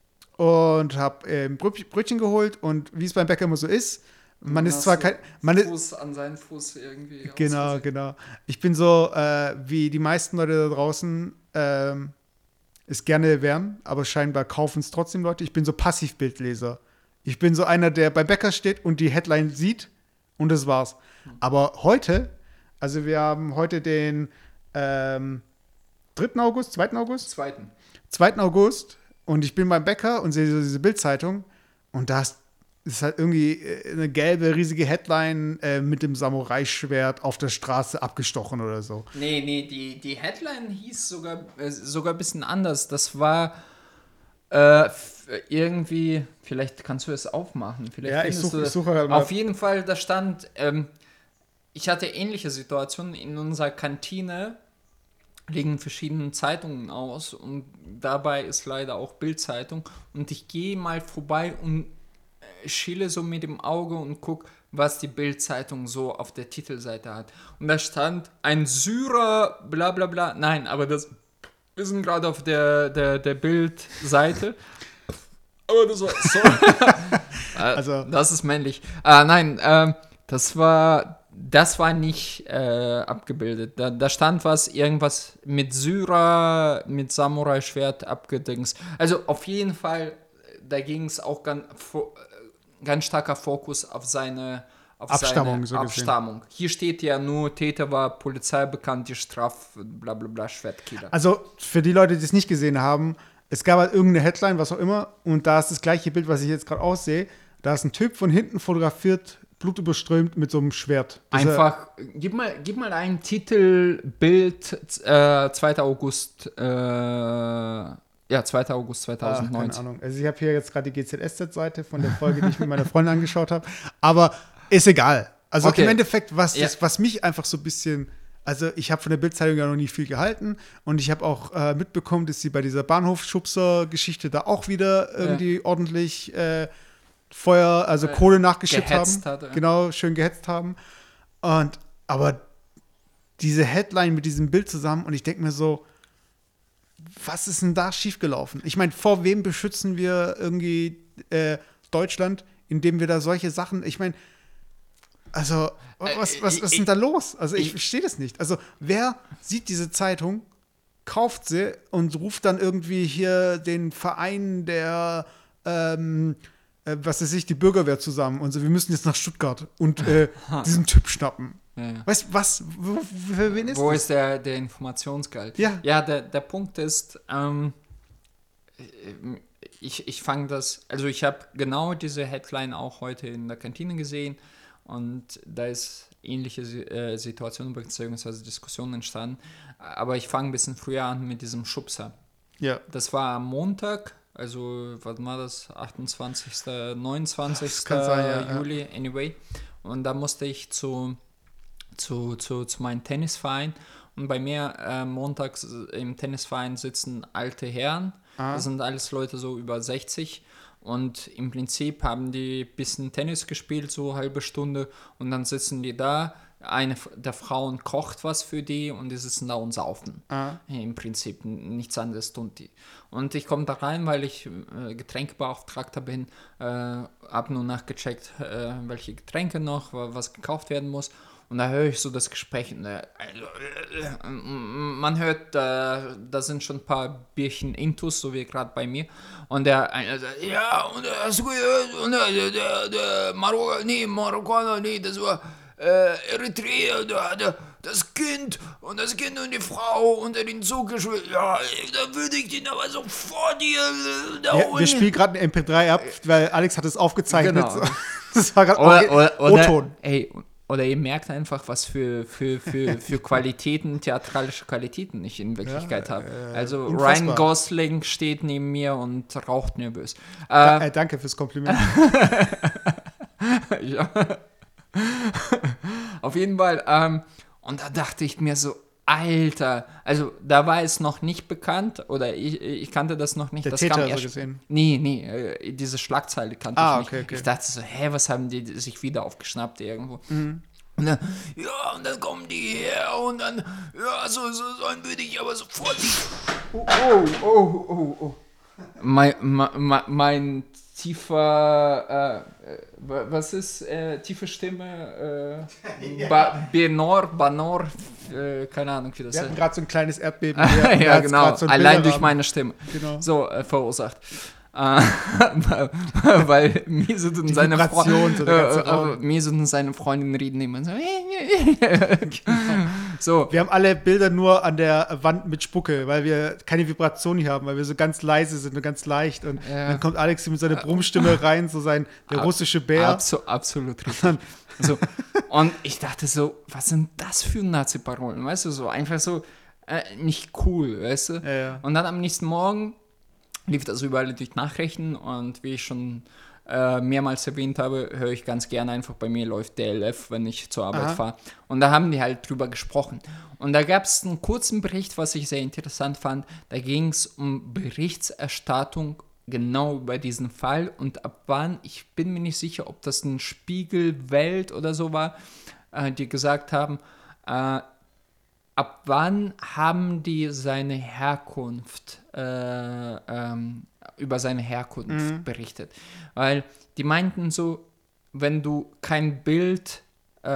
und habe äh, Brötchen geholt und wie es beim Bäcker immer so ist, man ist zwar kein, man ist, Fuß an seinen Fuß irgendwie. genau, ausgesehen. genau. Ich bin so, äh, wie die meisten Leute da draußen ähm, es gerne wären, aber scheinbar kaufen es trotzdem Leute. Ich bin so Passivbildleser. Ich bin so einer, der beim Bäcker steht und die Headline sieht und das war's. Aber heute, also wir haben heute den ähm, dritten August, zweiten August, Zweiten. zweiten August und ich bin beim Bäcker und sehe so diese Bildzeitung und da ist, ist halt irgendwie äh, eine gelbe, riesige Headline äh, mit dem Samurai-Schwert auf der Straße abgestochen oder so. Nee, nee, die, die Headline hieß sogar, äh, sogar ein bisschen anders. Das war äh, f- irgendwie, vielleicht kannst du es aufmachen. Vielleicht Ja, ich findest such- du ich das. suche halt mal. Auf jeden Fall, da stand, ähm, ich hatte ähnliche Situationen in unserer Kantine, liegen verschiedene Zeitungen aus und dabei ist leider auch Bild-Zeitung und ich gehe mal vorbei und äh, schiele so mit dem Auge und guck, was die Bild-Zeitung so auf der Titelseite hat. Und da stand ein Syrer, bla bla bla. Nein, aber das, wir sind gerade auf der, der, der Bild-Seite. Aber das war, sorry. Also- also, das ist männlich. Ah, nein, ähm, das war, das war nicht äh, abgebildet. Da, da stand was, irgendwas mit Syrer, mit Samurai-Schwert abgedingst. Also auf jeden Fall, da ging es auch ganz, fo- ganz starker Fokus auf seine auf Abstammung, seine so gesehen. Abstammung. Hier steht ja nur, Täter war Polizei bekannt, die Straf, bla bla bla, Schwertkiller. Also für die Leute, die es nicht gesehen haben, es gab halt irgendeine Headline, was auch immer, und da ist das gleiche Bild, was ich jetzt gerade aussehe. Da ist ein Typ von hinten fotografiert, blutüberströmt mit so einem Schwert. Das ist, Einfach, gib mal, gib mal einen Titel, Bild, äh, zweiter August, äh, ja, zweiter August äh, keine zweitausendneunzehn. Ahnung. Also ich habe hier jetzt gerade die G Z S Z-Seite von der Folge, die ich mit meiner Freundin angeschaut habe. Aber ist egal. Also Okay. im Endeffekt, was, Ja. das, was mich einfach so ein bisschen, also ich habe von der Bildzeitung ja noch nie viel gehalten und ich habe auch äh, mitbekommen, dass sie bei dieser Bahnhofschubser-Geschichte da auch wieder irgendwie ordentlich äh, Feuer, also Äh, Kohle nachgeschippt haben. gehetzt hat, ja. Genau, schön gehetzt haben. Und aber diese Headline mit diesem Bild zusammen und ich denke mir so, was ist denn da schiefgelaufen? Ich meine, vor wem beschützen wir irgendwie äh, Deutschland, indem wir da solche Sachen, ich meine, also, was, was, was ist denn da los? Also, ich ich- verstehe das nicht. Also, wer sieht diese Zeitung, kauft sie und ruft dann irgendwie hier den Verein der, ähm, äh, was weiß ich, die Bürgerwehr zusammen und so, wir müssen jetzt nach Stuttgart und äh, diesen Typ schnappen. Ja, ja. Weißt du, was, wo, für wen ist Wo das? ist der, der Informationsgehalt? Ja. Ja, der, der Punkt ist, ähm, ich, ich fange das, also ich habe genau diese Headline auch heute in der Kantine gesehen Und da ist ähnliche äh, Situation bzw. Diskussion entstanden. Aber ich fange ein bisschen früher an mit diesem Schubser. Ja. Das war am Montag, also was war das? achtundzwanzigsten, neunundzwanzigsten sein, ja, Juli, ja. Anyway. Und da musste ich zu, zu, zu, zu meinem Tennisverein. Und bei mir äh, montags im Tennisverein sitzen alte Herren. Ah. Das sind alles Leute so über sechzig. Und im Prinzip haben die ein bisschen Tennis gespielt, so eine halbe Stunde. Und dann sitzen die da. Eine der Frauen kocht was für die und die sitzen da und saufen. Ah. Im Prinzip nichts anderes tun die. Und ich komme da rein, weil ich äh, Getränkebeauftragter bin, äh, habe nur nachgecheckt, äh, welche Getränke noch, was gekauft werden muss. Und da höre ich so das Gespräch. Äh, äh, man hört, äh, da sind schon ein paar Bierchen Intus, so wie gerade bei mir. Und der eine sagt, ja, und hast du gehört? Und der, der, der Marokkaner, nee, Marokkaner, nee, das war äh, Eritrea, da hat das Kind und das Kind und die Frau unter den Zug geschwimmt. Ja, da würde ich den aber so vor dir da ja, wir spielen gerade ein M P drei ab, weil Alex hat es aufgezeichnet. Genau. Das war gerade oder, oder, oder, O-Ton. Ey, oder ihr merkt einfach, was für, für, für, für Qualitäten, theatralische Qualitäten ich in Wirklichkeit ja, habe. Äh, also unfassbar. Ryan Gosling steht neben mir und raucht nervös. Äh, ja, äh, danke fürs Kompliment. Ja. Auf jeden Fall. Ähm, und da dachte ich mir so, Alter, also da war es noch nicht bekannt oder ich, ich kannte das noch nicht. Der das Täter kam so erst, gesehen? Nee, nee, äh, diese Schlagzeile kannte ah, ich nicht. Okay, okay. Ich dachte so, hä, was haben die sich wieder aufgeschnappt irgendwo? Mhm. Und dann, ja, und dann kommen die her und dann, ja, so, so, so würde ich aber sofort. Oh, oh, oh, oh, oh. Mein, mein, mein tiefer, äh, was ist äh, tiefe Stimme? Äh, ba, Benor, Banor, äh, keine Ahnung, wie das Wir heißt. hatten gerade so ein kleines Erdbeben. Hier, ja, genau, so allein durch meine Stimme. Genau. So äh, verursacht. Weil Mesut und seine Freundin so äh, Mesut und seine Freundin reden immer so. So. Wir haben alle Bilder nur an der Wand mit Spucke, weil wir keine Vibration hier haben, weil wir so ganz leise sind und ganz leicht. Und ja. Dann kommt Alex mit seiner Brummstimme rein, so sein der Ab, russische Bär. Abso, absolut richtig. So. Und ich dachte so, was sind das für Nazi-Parolen? Weißt du, so einfach so äh, nicht cool, weißt du? Ja, ja. Und dann am nächsten Morgen lief das überall durch Nachrichten und wie ich schon äh, mehrmals erwähnt habe, höre ich ganz gerne einfach, bei mir läuft D L F, wenn ich zur Arbeit fahre. Und da haben die halt drüber gesprochen. Und da gab es einen kurzen Bericht, was ich sehr interessant fand. Da ging es um Berichterstattung genau über diesen Fall und ab wann, ich bin mir nicht sicher, ob das ein Spiegel, Welt oder so war, äh, die gesagt haben, äh, ab wann haben die seine Herkunft, äh, ähm, über seine Herkunft mhm. berichtet? Weil die meinten so, wenn du kein Bild äh,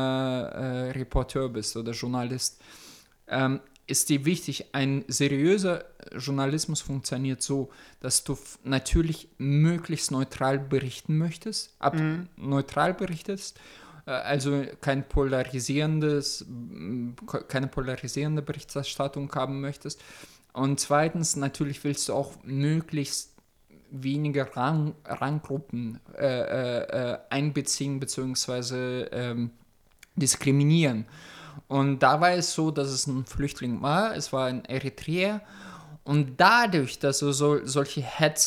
äh, Reporteur bist oder Journalist, ähm, ist dir wichtig, ein seriöser Journalismus funktioniert so, dass du f- natürlich möglichst neutral berichten möchtest, ab mhm. neutral berichtest, also kein polarisierendes, keine polarisierende Berichterstattung haben möchtest. Und zweitens, natürlich willst du auch möglichst wenige Rang, Ranggruppen äh, äh, einbeziehen bzw. Ähm, diskriminieren. Und da war es so, dass es ein Flüchtling war, es war ein Eritreer. Und dadurch, dass so, so solche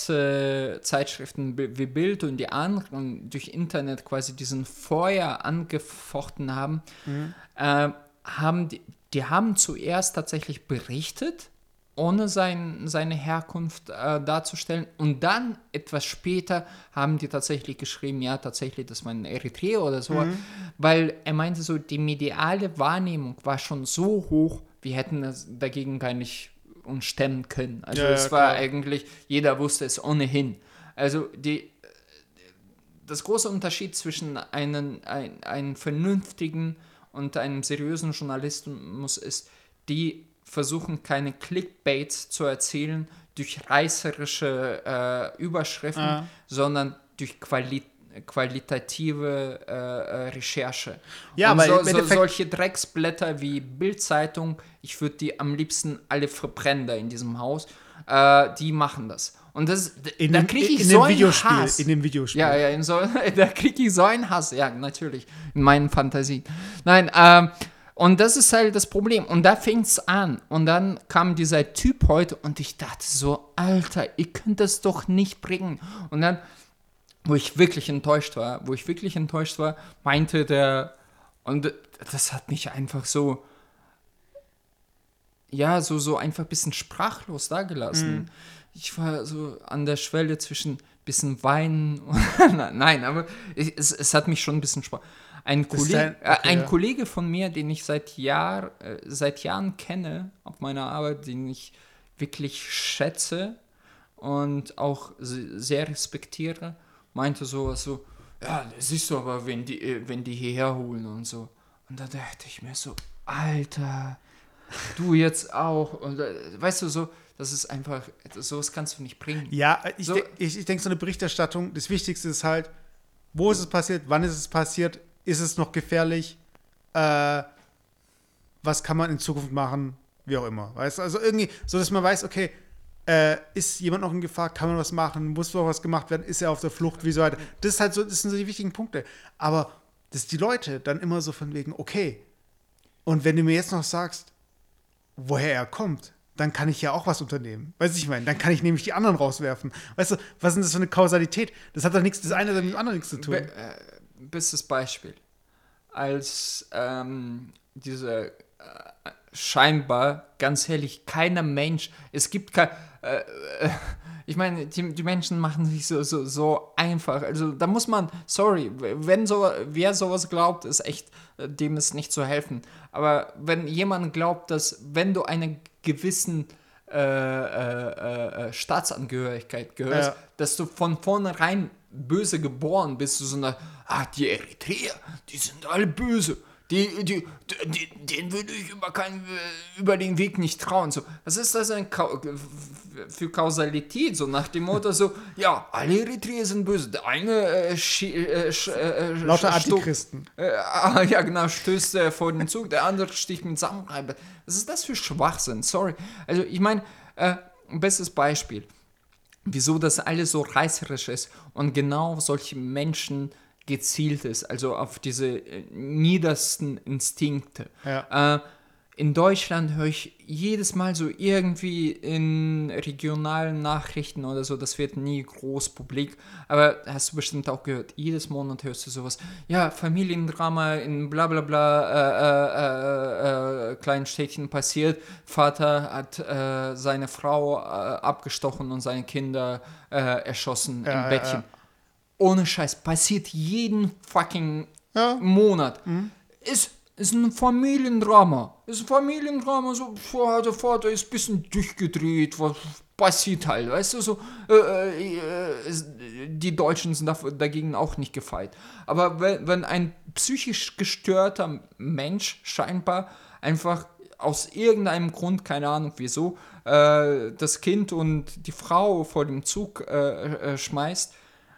Hetze-Zeitschriften wie Bild und die anderen durch Internet quasi diesen Feuer angefochten haben, mhm. äh, haben die, die haben zuerst tatsächlich berichtet, ohne sein, seine Herkunft äh, darzustellen. Und dann, etwas später, haben die tatsächlich geschrieben, ja, tatsächlich, das war ein Eritreer oder so. Mhm. Weil er meinte so, die mediale Wahrnehmung war schon so hoch, wir hätten das dagegen gar nicht uns stemmen können. Also ja, es ja, war klar. Eigentlich, jeder wusste es ohnehin. Also die, das große Unterschied zwischen einem, ein, einem vernünftigen und einem seriösen Journalismus ist, die versuchen keine Clickbaits zu erzählen durch reißerische äh, Überschriften, ja. sondern durch Quali- qualitative äh, Recherche. Ja, und aber so, so, solche Drecksblätter wie Bild-Zeitung, ich würde die am liebsten alle verbrennen da in diesem Haus, äh, die machen das. Und das, In da dem, kriege ich in so dem einen Videospiel, Hass. in dem Videospiel. Ja, ja, in so, da kriege ich so einen Hass. Ja, natürlich. In meinen Fantasien. Nein, ähm, und das ist halt das Problem. Und da fing es an. Und dann kam dieser Typ heute und ich dachte so, Alter, ihr könnt das doch nicht bringen. Und dann, wo ich wirklich enttäuscht war, wo ich wirklich enttäuscht war, meinte der, und das hat mich einfach so, ja, so, so einfach ein bisschen sprachlos dagelassen. Mhm. Ich war so an der Schwelle zwischen bisschen weinen und nein, aber ich, es, es hat mich schon ein bisschen sprachlos. Ein, Kolleg, okay, äh, ein ja. Kollege von mir, den ich seit, Jahr, äh, seit Jahren kenne auf meiner Arbeit, den ich wirklich schätze und auch sehr respektiere, meinte so, so ja, siehst du aber, wenn die, wenn die hierher holen und so. Und da dachte ich mir so, Alter, du jetzt auch. Und, weißt du, so, das ist einfach, sowas kannst du nicht bringen. Ja, ich, so, de- ich, ich denke, so eine Berichterstattung, das Wichtigste ist halt, wo ist es passiert, wann ist es passiert, ist es noch gefährlich, äh, was kann man in Zukunft machen, wie auch immer. Weißt du, also irgendwie, so dass man weiß, okay, äh, ist jemand noch in Gefahr, kann man was machen, muss noch was gemacht werden, ist er auf der Flucht, wie so weiter. Das ist halt so, das sind so die wichtigen Punkte. Aber dass die Leute dann immer so von wegen, okay, und wenn du mir jetzt noch sagst, woher er kommt, dann kann ich ja auch was unternehmen. Weißt du, ich meine, dann kann ich nämlich die anderen rauswerfen. Weißt du, was ist denn das für eine Kausalität? Das hat doch nichts, das eine mit dem anderen nichts zu tun. Be- äh, bestes Beispiel. Als ähm, diese äh, scheinbar, ganz ehrlich, keiner Mensch, es gibt kein, äh, äh, ich meine, die, die Menschen machen sich so, so, so einfach, also da muss man, sorry, wenn so, wer sowas glaubt, ist echt, dem ist nicht zu helfen, aber wenn jemand glaubt, dass wenn du einen gewissen äh, äh, äh, Staatsangehörigkeit gehörst, ja. dass du von vornherein böse geboren bist, so eine, ah, die Eritreer, die sind alle böse. Die, die, die, denen würde ich über, keinen, über den Weg nicht trauen. So, was ist das denn für Kausalität? So nach dem Motto so, ja, alle Eritreer sind böse. Der eine äh, sch- äh, sch- äh, lauter Antichristen. Äh, ja, genau, stößt äh, vor den Zug, der andere sticht mit Samurai. Was ist das für Schwachsinn? Sorry. Also ich meine, äh, bestes Beispiel, wieso das alles so reißerisch ist und genau solche Menschen gezielt ist, also auf diese äh, niedersten Instinkte. Ja. Äh, in Deutschland höre ich jedes Mal so irgendwie in regionalen Nachrichten oder so, das wird nie groß publik, aber hast du bestimmt auch gehört, jedes Monat hörst du sowas, ja, Familiendrama in bla bla bla äh, äh, äh, kleinen Städtchen passiert, Vater hat äh, seine Frau äh, abgestochen und seine Kinder äh, erschossen ja, im Bettchen. Ja, ja. Ohne Scheiß, passiert jeden fucking ja. Monat. Mhm. Ist, ist ein Familiendrama. Ist ein Familiendrama, so, boah, der Vater ist ein bisschen durchgedreht, was passiert halt, weißt du, so, äh, äh, die Deutschen sind dagegen auch nicht gefeit. Aber wenn, wenn ein psychisch gestörter Mensch scheinbar einfach aus irgendeinem Grund, keine Ahnung wieso, äh, das Kind und die Frau vor dem Zug äh, äh, schmeißt,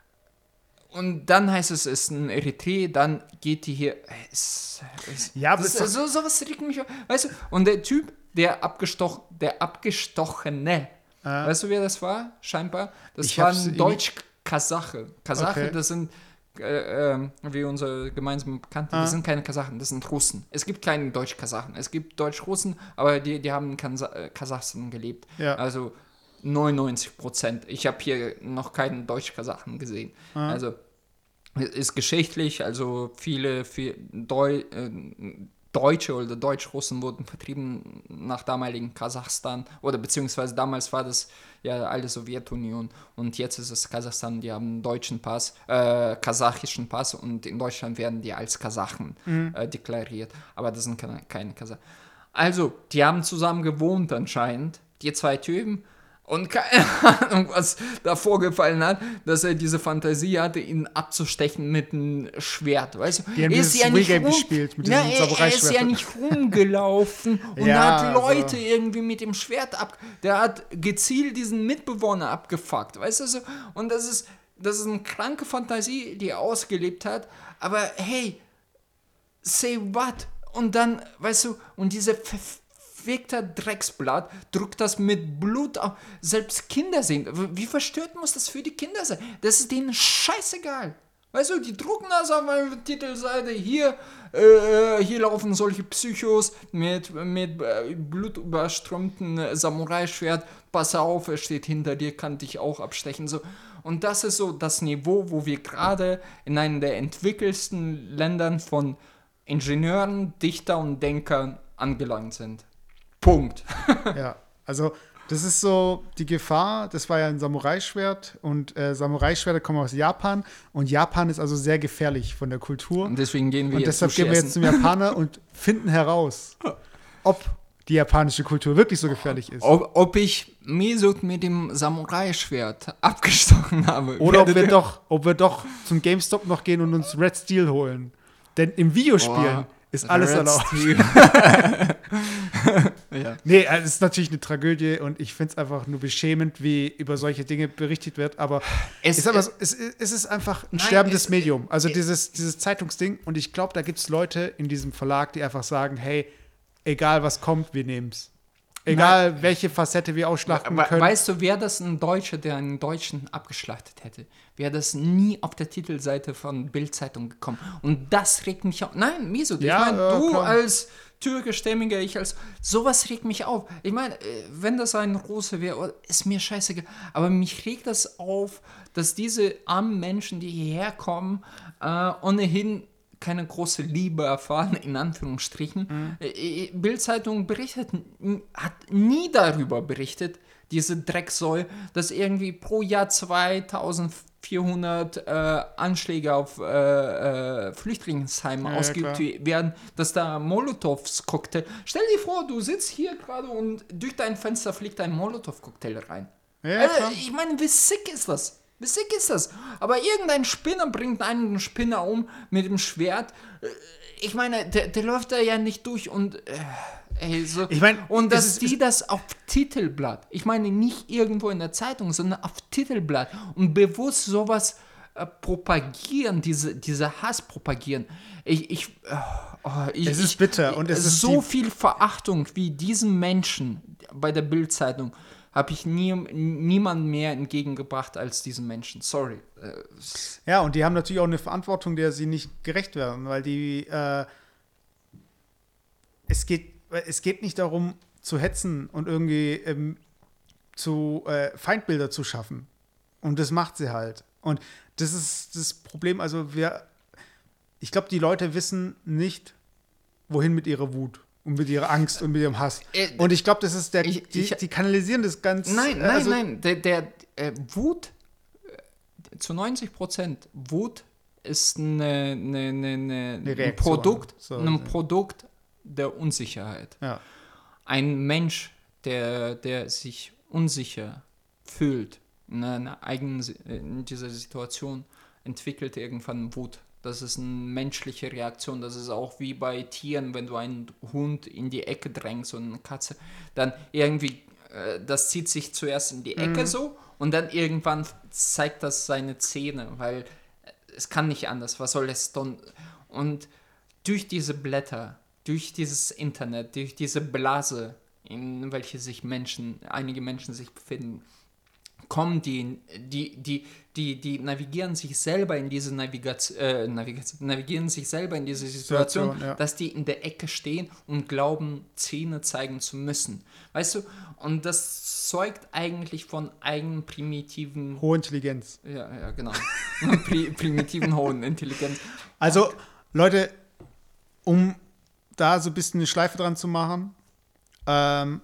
und dann heißt es, es ist ein Eritreer, dann geht die hier. Es, es, ja, aber das, so, sowas regt mich auf. Weißt du, und der Typ, der, abgestoch, der Abgestochene, ah. weißt du, wer das war? Scheinbar. Das ich war ein Deutsch-Kasache. Kasache, okay. Das sind, äh, äh, wie unser gemeinsamer Bekannte, ah. das sind keine Kasachen, das sind Russen. Es gibt keine Deutsch-Kasachen. Es gibt Deutsch-Russen, aber die, die haben in Kasa- Kasachstan gelebt. Ja. Also neunundneunzig Prozent. Ich habe hier noch keinen Deutsch-Kasachen gesehen. Ah. Also ist geschichtlich, also viele, viele Deu- äh, Deutsche oder Deutsch-Russen wurden vertrieben nach damaligen Kasachstan oder beziehungsweise damals war das ja alle Sowjetunion und jetzt ist es Kasachstan, die haben einen deutschen Pass, äh, kasachischen Pass und in Deutschland werden die als Kasachen mhm. äh, deklariert, aber das sind keine, keine Kasachen. Also, die haben zusammen gewohnt anscheinend, die zwei Typen. Und keine Ahnung, was da vorgefallen hat, dass er diese Fantasie hatte, ihn abzustechen mit einem Schwert, weißt du? Die haben er ist ja nicht rum, gespielt mit ja, er, er ist ja nicht rumgelaufen und ja, hat Leute also. irgendwie mit dem Schwert ab... Der hat gezielt diesen Mitbewohner abgefuckt, weißt du? So? Und das ist, das ist eine kranke Fantasie, die er ausgelebt hat. Aber hey, say what? Und dann, weißt du, und diese... Ver- verfickter Drecksblatt, druckt das mit Blut auf. Selbst Kinder sehen. Wie verstört muss das für die Kinder sein? Das ist denen scheißegal. Weißt du, die drucken das auf einer Titelseite. Hier, äh, hier laufen solche Psychos mit, mit äh, blutüberströmten Samurai-Schwert. Pass auf, er steht hinter dir, kann dich auch abstechen. So. Und das ist so das Niveau, wo wir gerade in einem der entwickelsten Ländern von Ingenieuren, Dichter und Denkern angelangt sind. Punkt. Ja, also das ist so die Gefahr, das war ja ein Samurai-Schwert und äh, Samurai-Schwerter kommen aus Japan und Japan ist also sehr gefährlich von der Kultur. Und deswegen gehen wir und jetzt deshalb gehen wir jetzt zum Japaner und finden heraus, ob die japanische Kultur wirklich so gefährlich ist. Ob, ob ich Mesut mit dem Samurai-Schwert abgestochen habe. Oder ob wir, doch, ob wir doch zum GameStop noch gehen und uns Red Steel holen. Denn im Videospielen oh, ist alles Red erlaubt. Ja. Nee, es ist natürlich eine Tragödie und ich finde es einfach nur beschämend, wie über solche Dinge berichtet wird. Aber es, ich sag mal so, es, es ist einfach ein nein, sterbendes es, Medium. Also es, dieses, dieses Zeitungsding. Und ich glaube, da gibt es Leute in diesem Verlag, die einfach sagen, hey, egal was kommt, wir nehmen es. Egal, nein, welche Facette wir ausschlachten we- können. Weißt du, wäre das ein Deutscher, der einen Deutschen abgeschlachtet hätte, wäre das nie auf der Titelseite von Bild-Zeitung gekommen. Und das regt mich auf. Nein, Mesut, ja, ich meine, ja, du klar. als türkischstämmiger, ich als, sowas regt mich auf. Ich meine, wenn das ein Russe wäre, ist mir scheißegal. Aber mich regt das auf, dass diese armen Menschen, die hierher kommen, äh, ohnehin keine große Liebe erfahren, in Anführungsstrichen. Mhm. Bild-Zeitung berichtet, hat nie darüber berichtet, diese Drecksäule, dass irgendwie pro Jahr zweitausendvierhundert äh, Anschläge auf äh, äh, Flüchtlingsheime ja, ausgeübt ja, werden, dass da Molotovs-Cocktail. Stell dir vor, du sitzt hier gerade und durch dein Fenster fliegt ein Molotow-Cocktail rein. Ja, also, ich meine, wie sick ist das? Wie sick ist das? Aber irgendein Spinner bringt einen Spinner um mit dem Schwert. Ich meine, der, der läuft da ja nicht durch und äh, ey, so. Ich mein, und dass ist, die das auf Titelblatt, ich meine nicht irgendwo in der Zeitung, sondern auf Titelblatt und bewusst sowas äh, propagieren, diese, diese Hass propagieren. Ich, ich, oh, ich, es ist bitter und es ist so viel Verachtung wie diesen Menschen bei der Bild-Zeitung habe ich nie, niemand mehr entgegengebracht als diesen Menschen. Sorry. Ja, und die haben natürlich auch eine Verantwortung, der sie nicht gerecht werden, weil die äh, es geht es geht nicht darum zu hetzen und irgendwie ähm, zu äh, Feindbilder zu schaffen. Und das macht sie halt. Und das ist das Problem, also wir ich glaube, die Leute wissen nicht, wohin mit ihrer Wut. Und mit ihrer Angst und mit ihrem Hass. Äh, und ich glaube, das ist der, ich, die, ich, die kanalisieren das ganz. Nein, nein, also, nein. Der, der äh, Wut, äh, zu neunzig Prozent, Wut ist eine, eine, eine, eine ein, Produkt, so, ein ja. Produkt der Unsicherheit. Ja. Ein Mensch, der, der sich unsicher fühlt in einer eigenen, in dieser Situation, entwickelt irgendwann Wut. Das ist eine menschliche Reaktion. Das ist auch wie bei Tieren, wenn du einen Hund in die Ecke drängst und eine Katze, dann irgendwie, äh, das zieht sich zuerst in die Ecke mhm. so und dann irgendwann zeigt das seine Zähne, weil es kann nicht anders. Was soll es dann? Und durch diese Blätter, durch dieses Internet, durch diese Blase, in welche sich Menschen, einige Menschen sich befinden, kommen die, die, die, die, die navigieren sich selber in diese Navigation, äh, Navigation, navigieren sich selber in diese Situation, Situation ja. dass die in der Ecke stehen und glauben, Zähne zeigen zu müssen. Weißt du? Und das zeugt eigentlich von eigenen primitiven... Hohe Intelligenz. Ja, ja, genau. Pri- primitiven hohen Intelligenz. Also, Leute, um da so ein bisschen eine Schleife dran zu machen, ähm,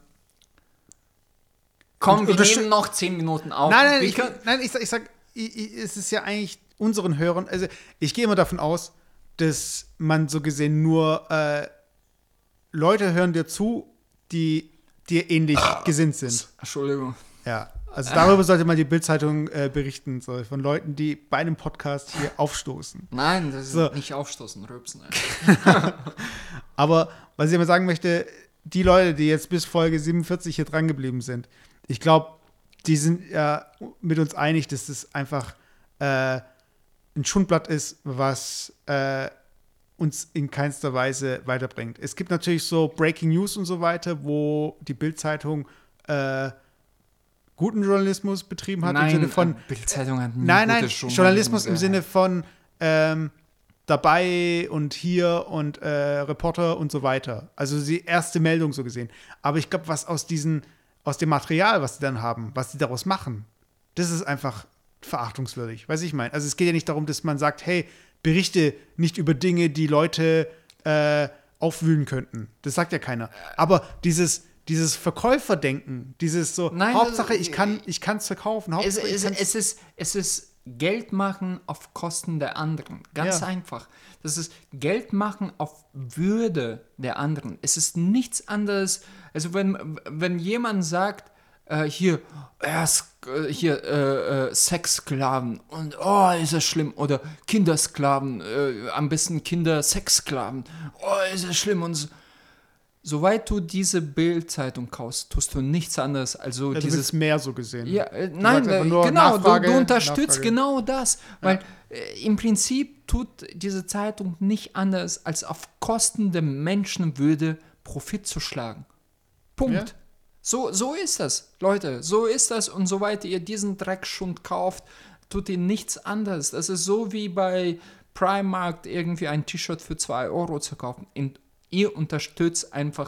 Komm, wir nehmen noch zehn Minuten auf. Nein, nein, ich, nein, ich sag, ich sag ich, ich, es ist ja eigentlich unseren Hörern, also ich gehe immer davon aus, dass man so gesehen nur äh, Leute hören dir zu, die dir ähnlich ah, gesinnt sind. Entschuldigung. Ja, also darüber sollte man die Bild-Zeitung äh, berichten, so, von Leuten, die bei einem Podcast hier aufstoßen. Nein, das ist so. nicht aufstoßen, rülpsen. Aber was ich immer sagen möchte, die Leute, die jetzt bis Folge siebenundvierzig hier dran geblieben sind, ich glaube, die sind ja mit uns einig, dass das einfach äh, ein Schundblatt ist, was äh, uns in keinster Weise weiterbringt. Es gibt natürlich so Breaking News und so weiter, wo die Bild-Zeitung äh, guten Journalismus betrieben hat. Nein, im Sinne von, Bild-Zeitung hat nie nein, nein, gutes Journalismus im äh, Sinne von ähm, dabei und hier und äh, Reporter und so weiter. Also die erste Meldung so gesehen. Aber ich glaube, was aus diesen, aus dem Material, was sie dann haben, was sie daraus machen, das ist einfach verachtungswürdig. Weiß ich meine. Also es geht ja nicht darum, dass man sagt, hey, berichte nicht über Dinge, die Leute äh, aufwühlen könnten. Das sagt ja keiner. Aber dieses, dieses Verkäuferdenken, dieses so, Nein, Hauptsache, ich kann es ich verkaufen. Es, Hauptsache, es, ich kann's es, ist, es ist Geld machen auf Kosten der anderen. Ganz Ja. einfach. Das ist Geld machen auf Würde der anderen. Es ist nichts anderes. Also wenn, wenn jemand sagt, äh, hier, äh, Sk- äh, hier äh, äh, Sexsklaven und oh, ist das schlimm. Oder Kindersklaven, äh, am besten Kindersexsklaven. Oh, ist das schlimm. Und so. Soweit du diese Bild-Zeitung kaufst, tust du nichts anderes. Also ja, du dieses willst mehr so gesehen. ja, äh, Du nein, sagst einfach äh, nur genau, Nachfrage, du, du unterstützt Nachfrage. genau das, weil äh, im Prinzip tut diese Zeitung nicht anders, als auf Kosten der Menschenwürde Profit zu schlagen. Punkt. Ja. So, so ist das, Leute, so ist das und soweit ihr diesen Dreckschund kauft, tut ihr nichts anderes. Das ist so wie bei Primark irgendwie ein T-Shirt für zwei Euro zu kaufen. In, ihr unterstützt einfach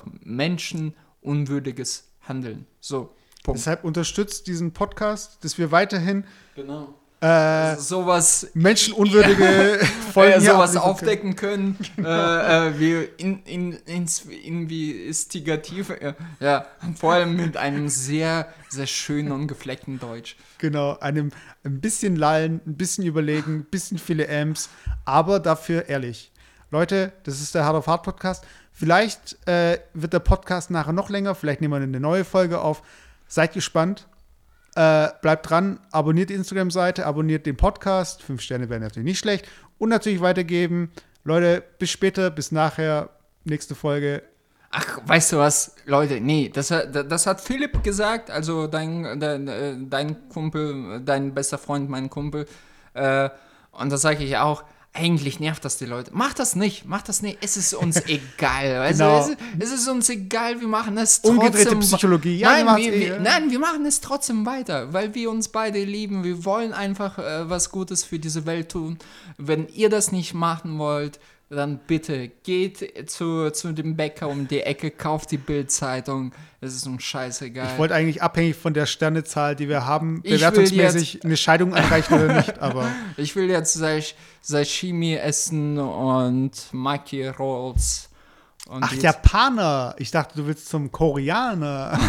menschenunwürdiges Handeln. So, Punkt. Deshalb unterstützt diesen Podcast, dass wir weiterhin Genau. äh, sowas menschenunwürdige äh, Folgen hier sowas abliefern können. aufdecken können, äh, äh, wie in, in, ins, investigativ, äh, ja, vor allem mit einem sehr, sehr schönen und gefleckten Deutsch. Genau, einem ein bisschen lallen, ein bisschen überlegen, ein bisschen viele Amps, aber dafür ehrlich. Leute, das ist der Hard of Hard Podcast. Vielleicht äh, wird der Podcast nachher noch länger, vielleicht nehmen wir eine neue Folge auf. Seid gespannt. Äh, bleibt dran, abonniert die Instagram-Seite, abonniert den Podcast. Fünf Sterne wären natürlich nicht schlecht. Und natürlich weitergeben. Leute, bis später, bis nachher. Nächste Folge. Ach, weißt du was, Leute, nee, das, hat- das hat Philipp gesagt, also dein, dein, äh, dein Kumpel, dein bester Freund, mein Kumpel. Äh, und da sage ich auch, eigentlich nervt das die Leute. Macht das nicht, macht das nicht. Es ist uns egal. Also Genau. es, ist, es ist uns egal, wir machen es trotzdem. Umgedrehte Psychologie. Ja, nein, wir machen's wir, eh, wir, ja. nein, wir machen es trotzdem weiter, weil wir uns beide lieben. Wir wollen einfach äh, was Gutes für diese Welt tun. Wenn ihr das nicht machen wollt, dann bitte geht zu, zu dem Bäcker um die Ecke, kauft die Bild-Zeitung. Es ist uns scheißegal. Ich wollte eigentlich abhängig von der Sternezahl, die wir haben, Ich will bewertungsmäßig eine Scheidung anreichen oder nicht, aber Ich will jetzt Sash- Sashimi essen und Maki Rolls. Und ach, die- Japaner. Ich dachte, du willst zum Koreaner.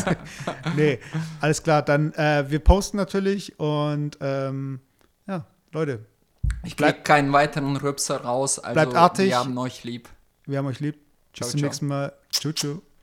Nee, alles klar. Dann, äh, wir posten natürlich und ähm, ja, Leute, Ich bleib- krieg keinen weiteren Rübser raus, also Bleibt artig. wir haben euch lieb. wir haben euch lieb. Ciao, Bis zum ciao. nächsten Mal. Tschüss, tschüss.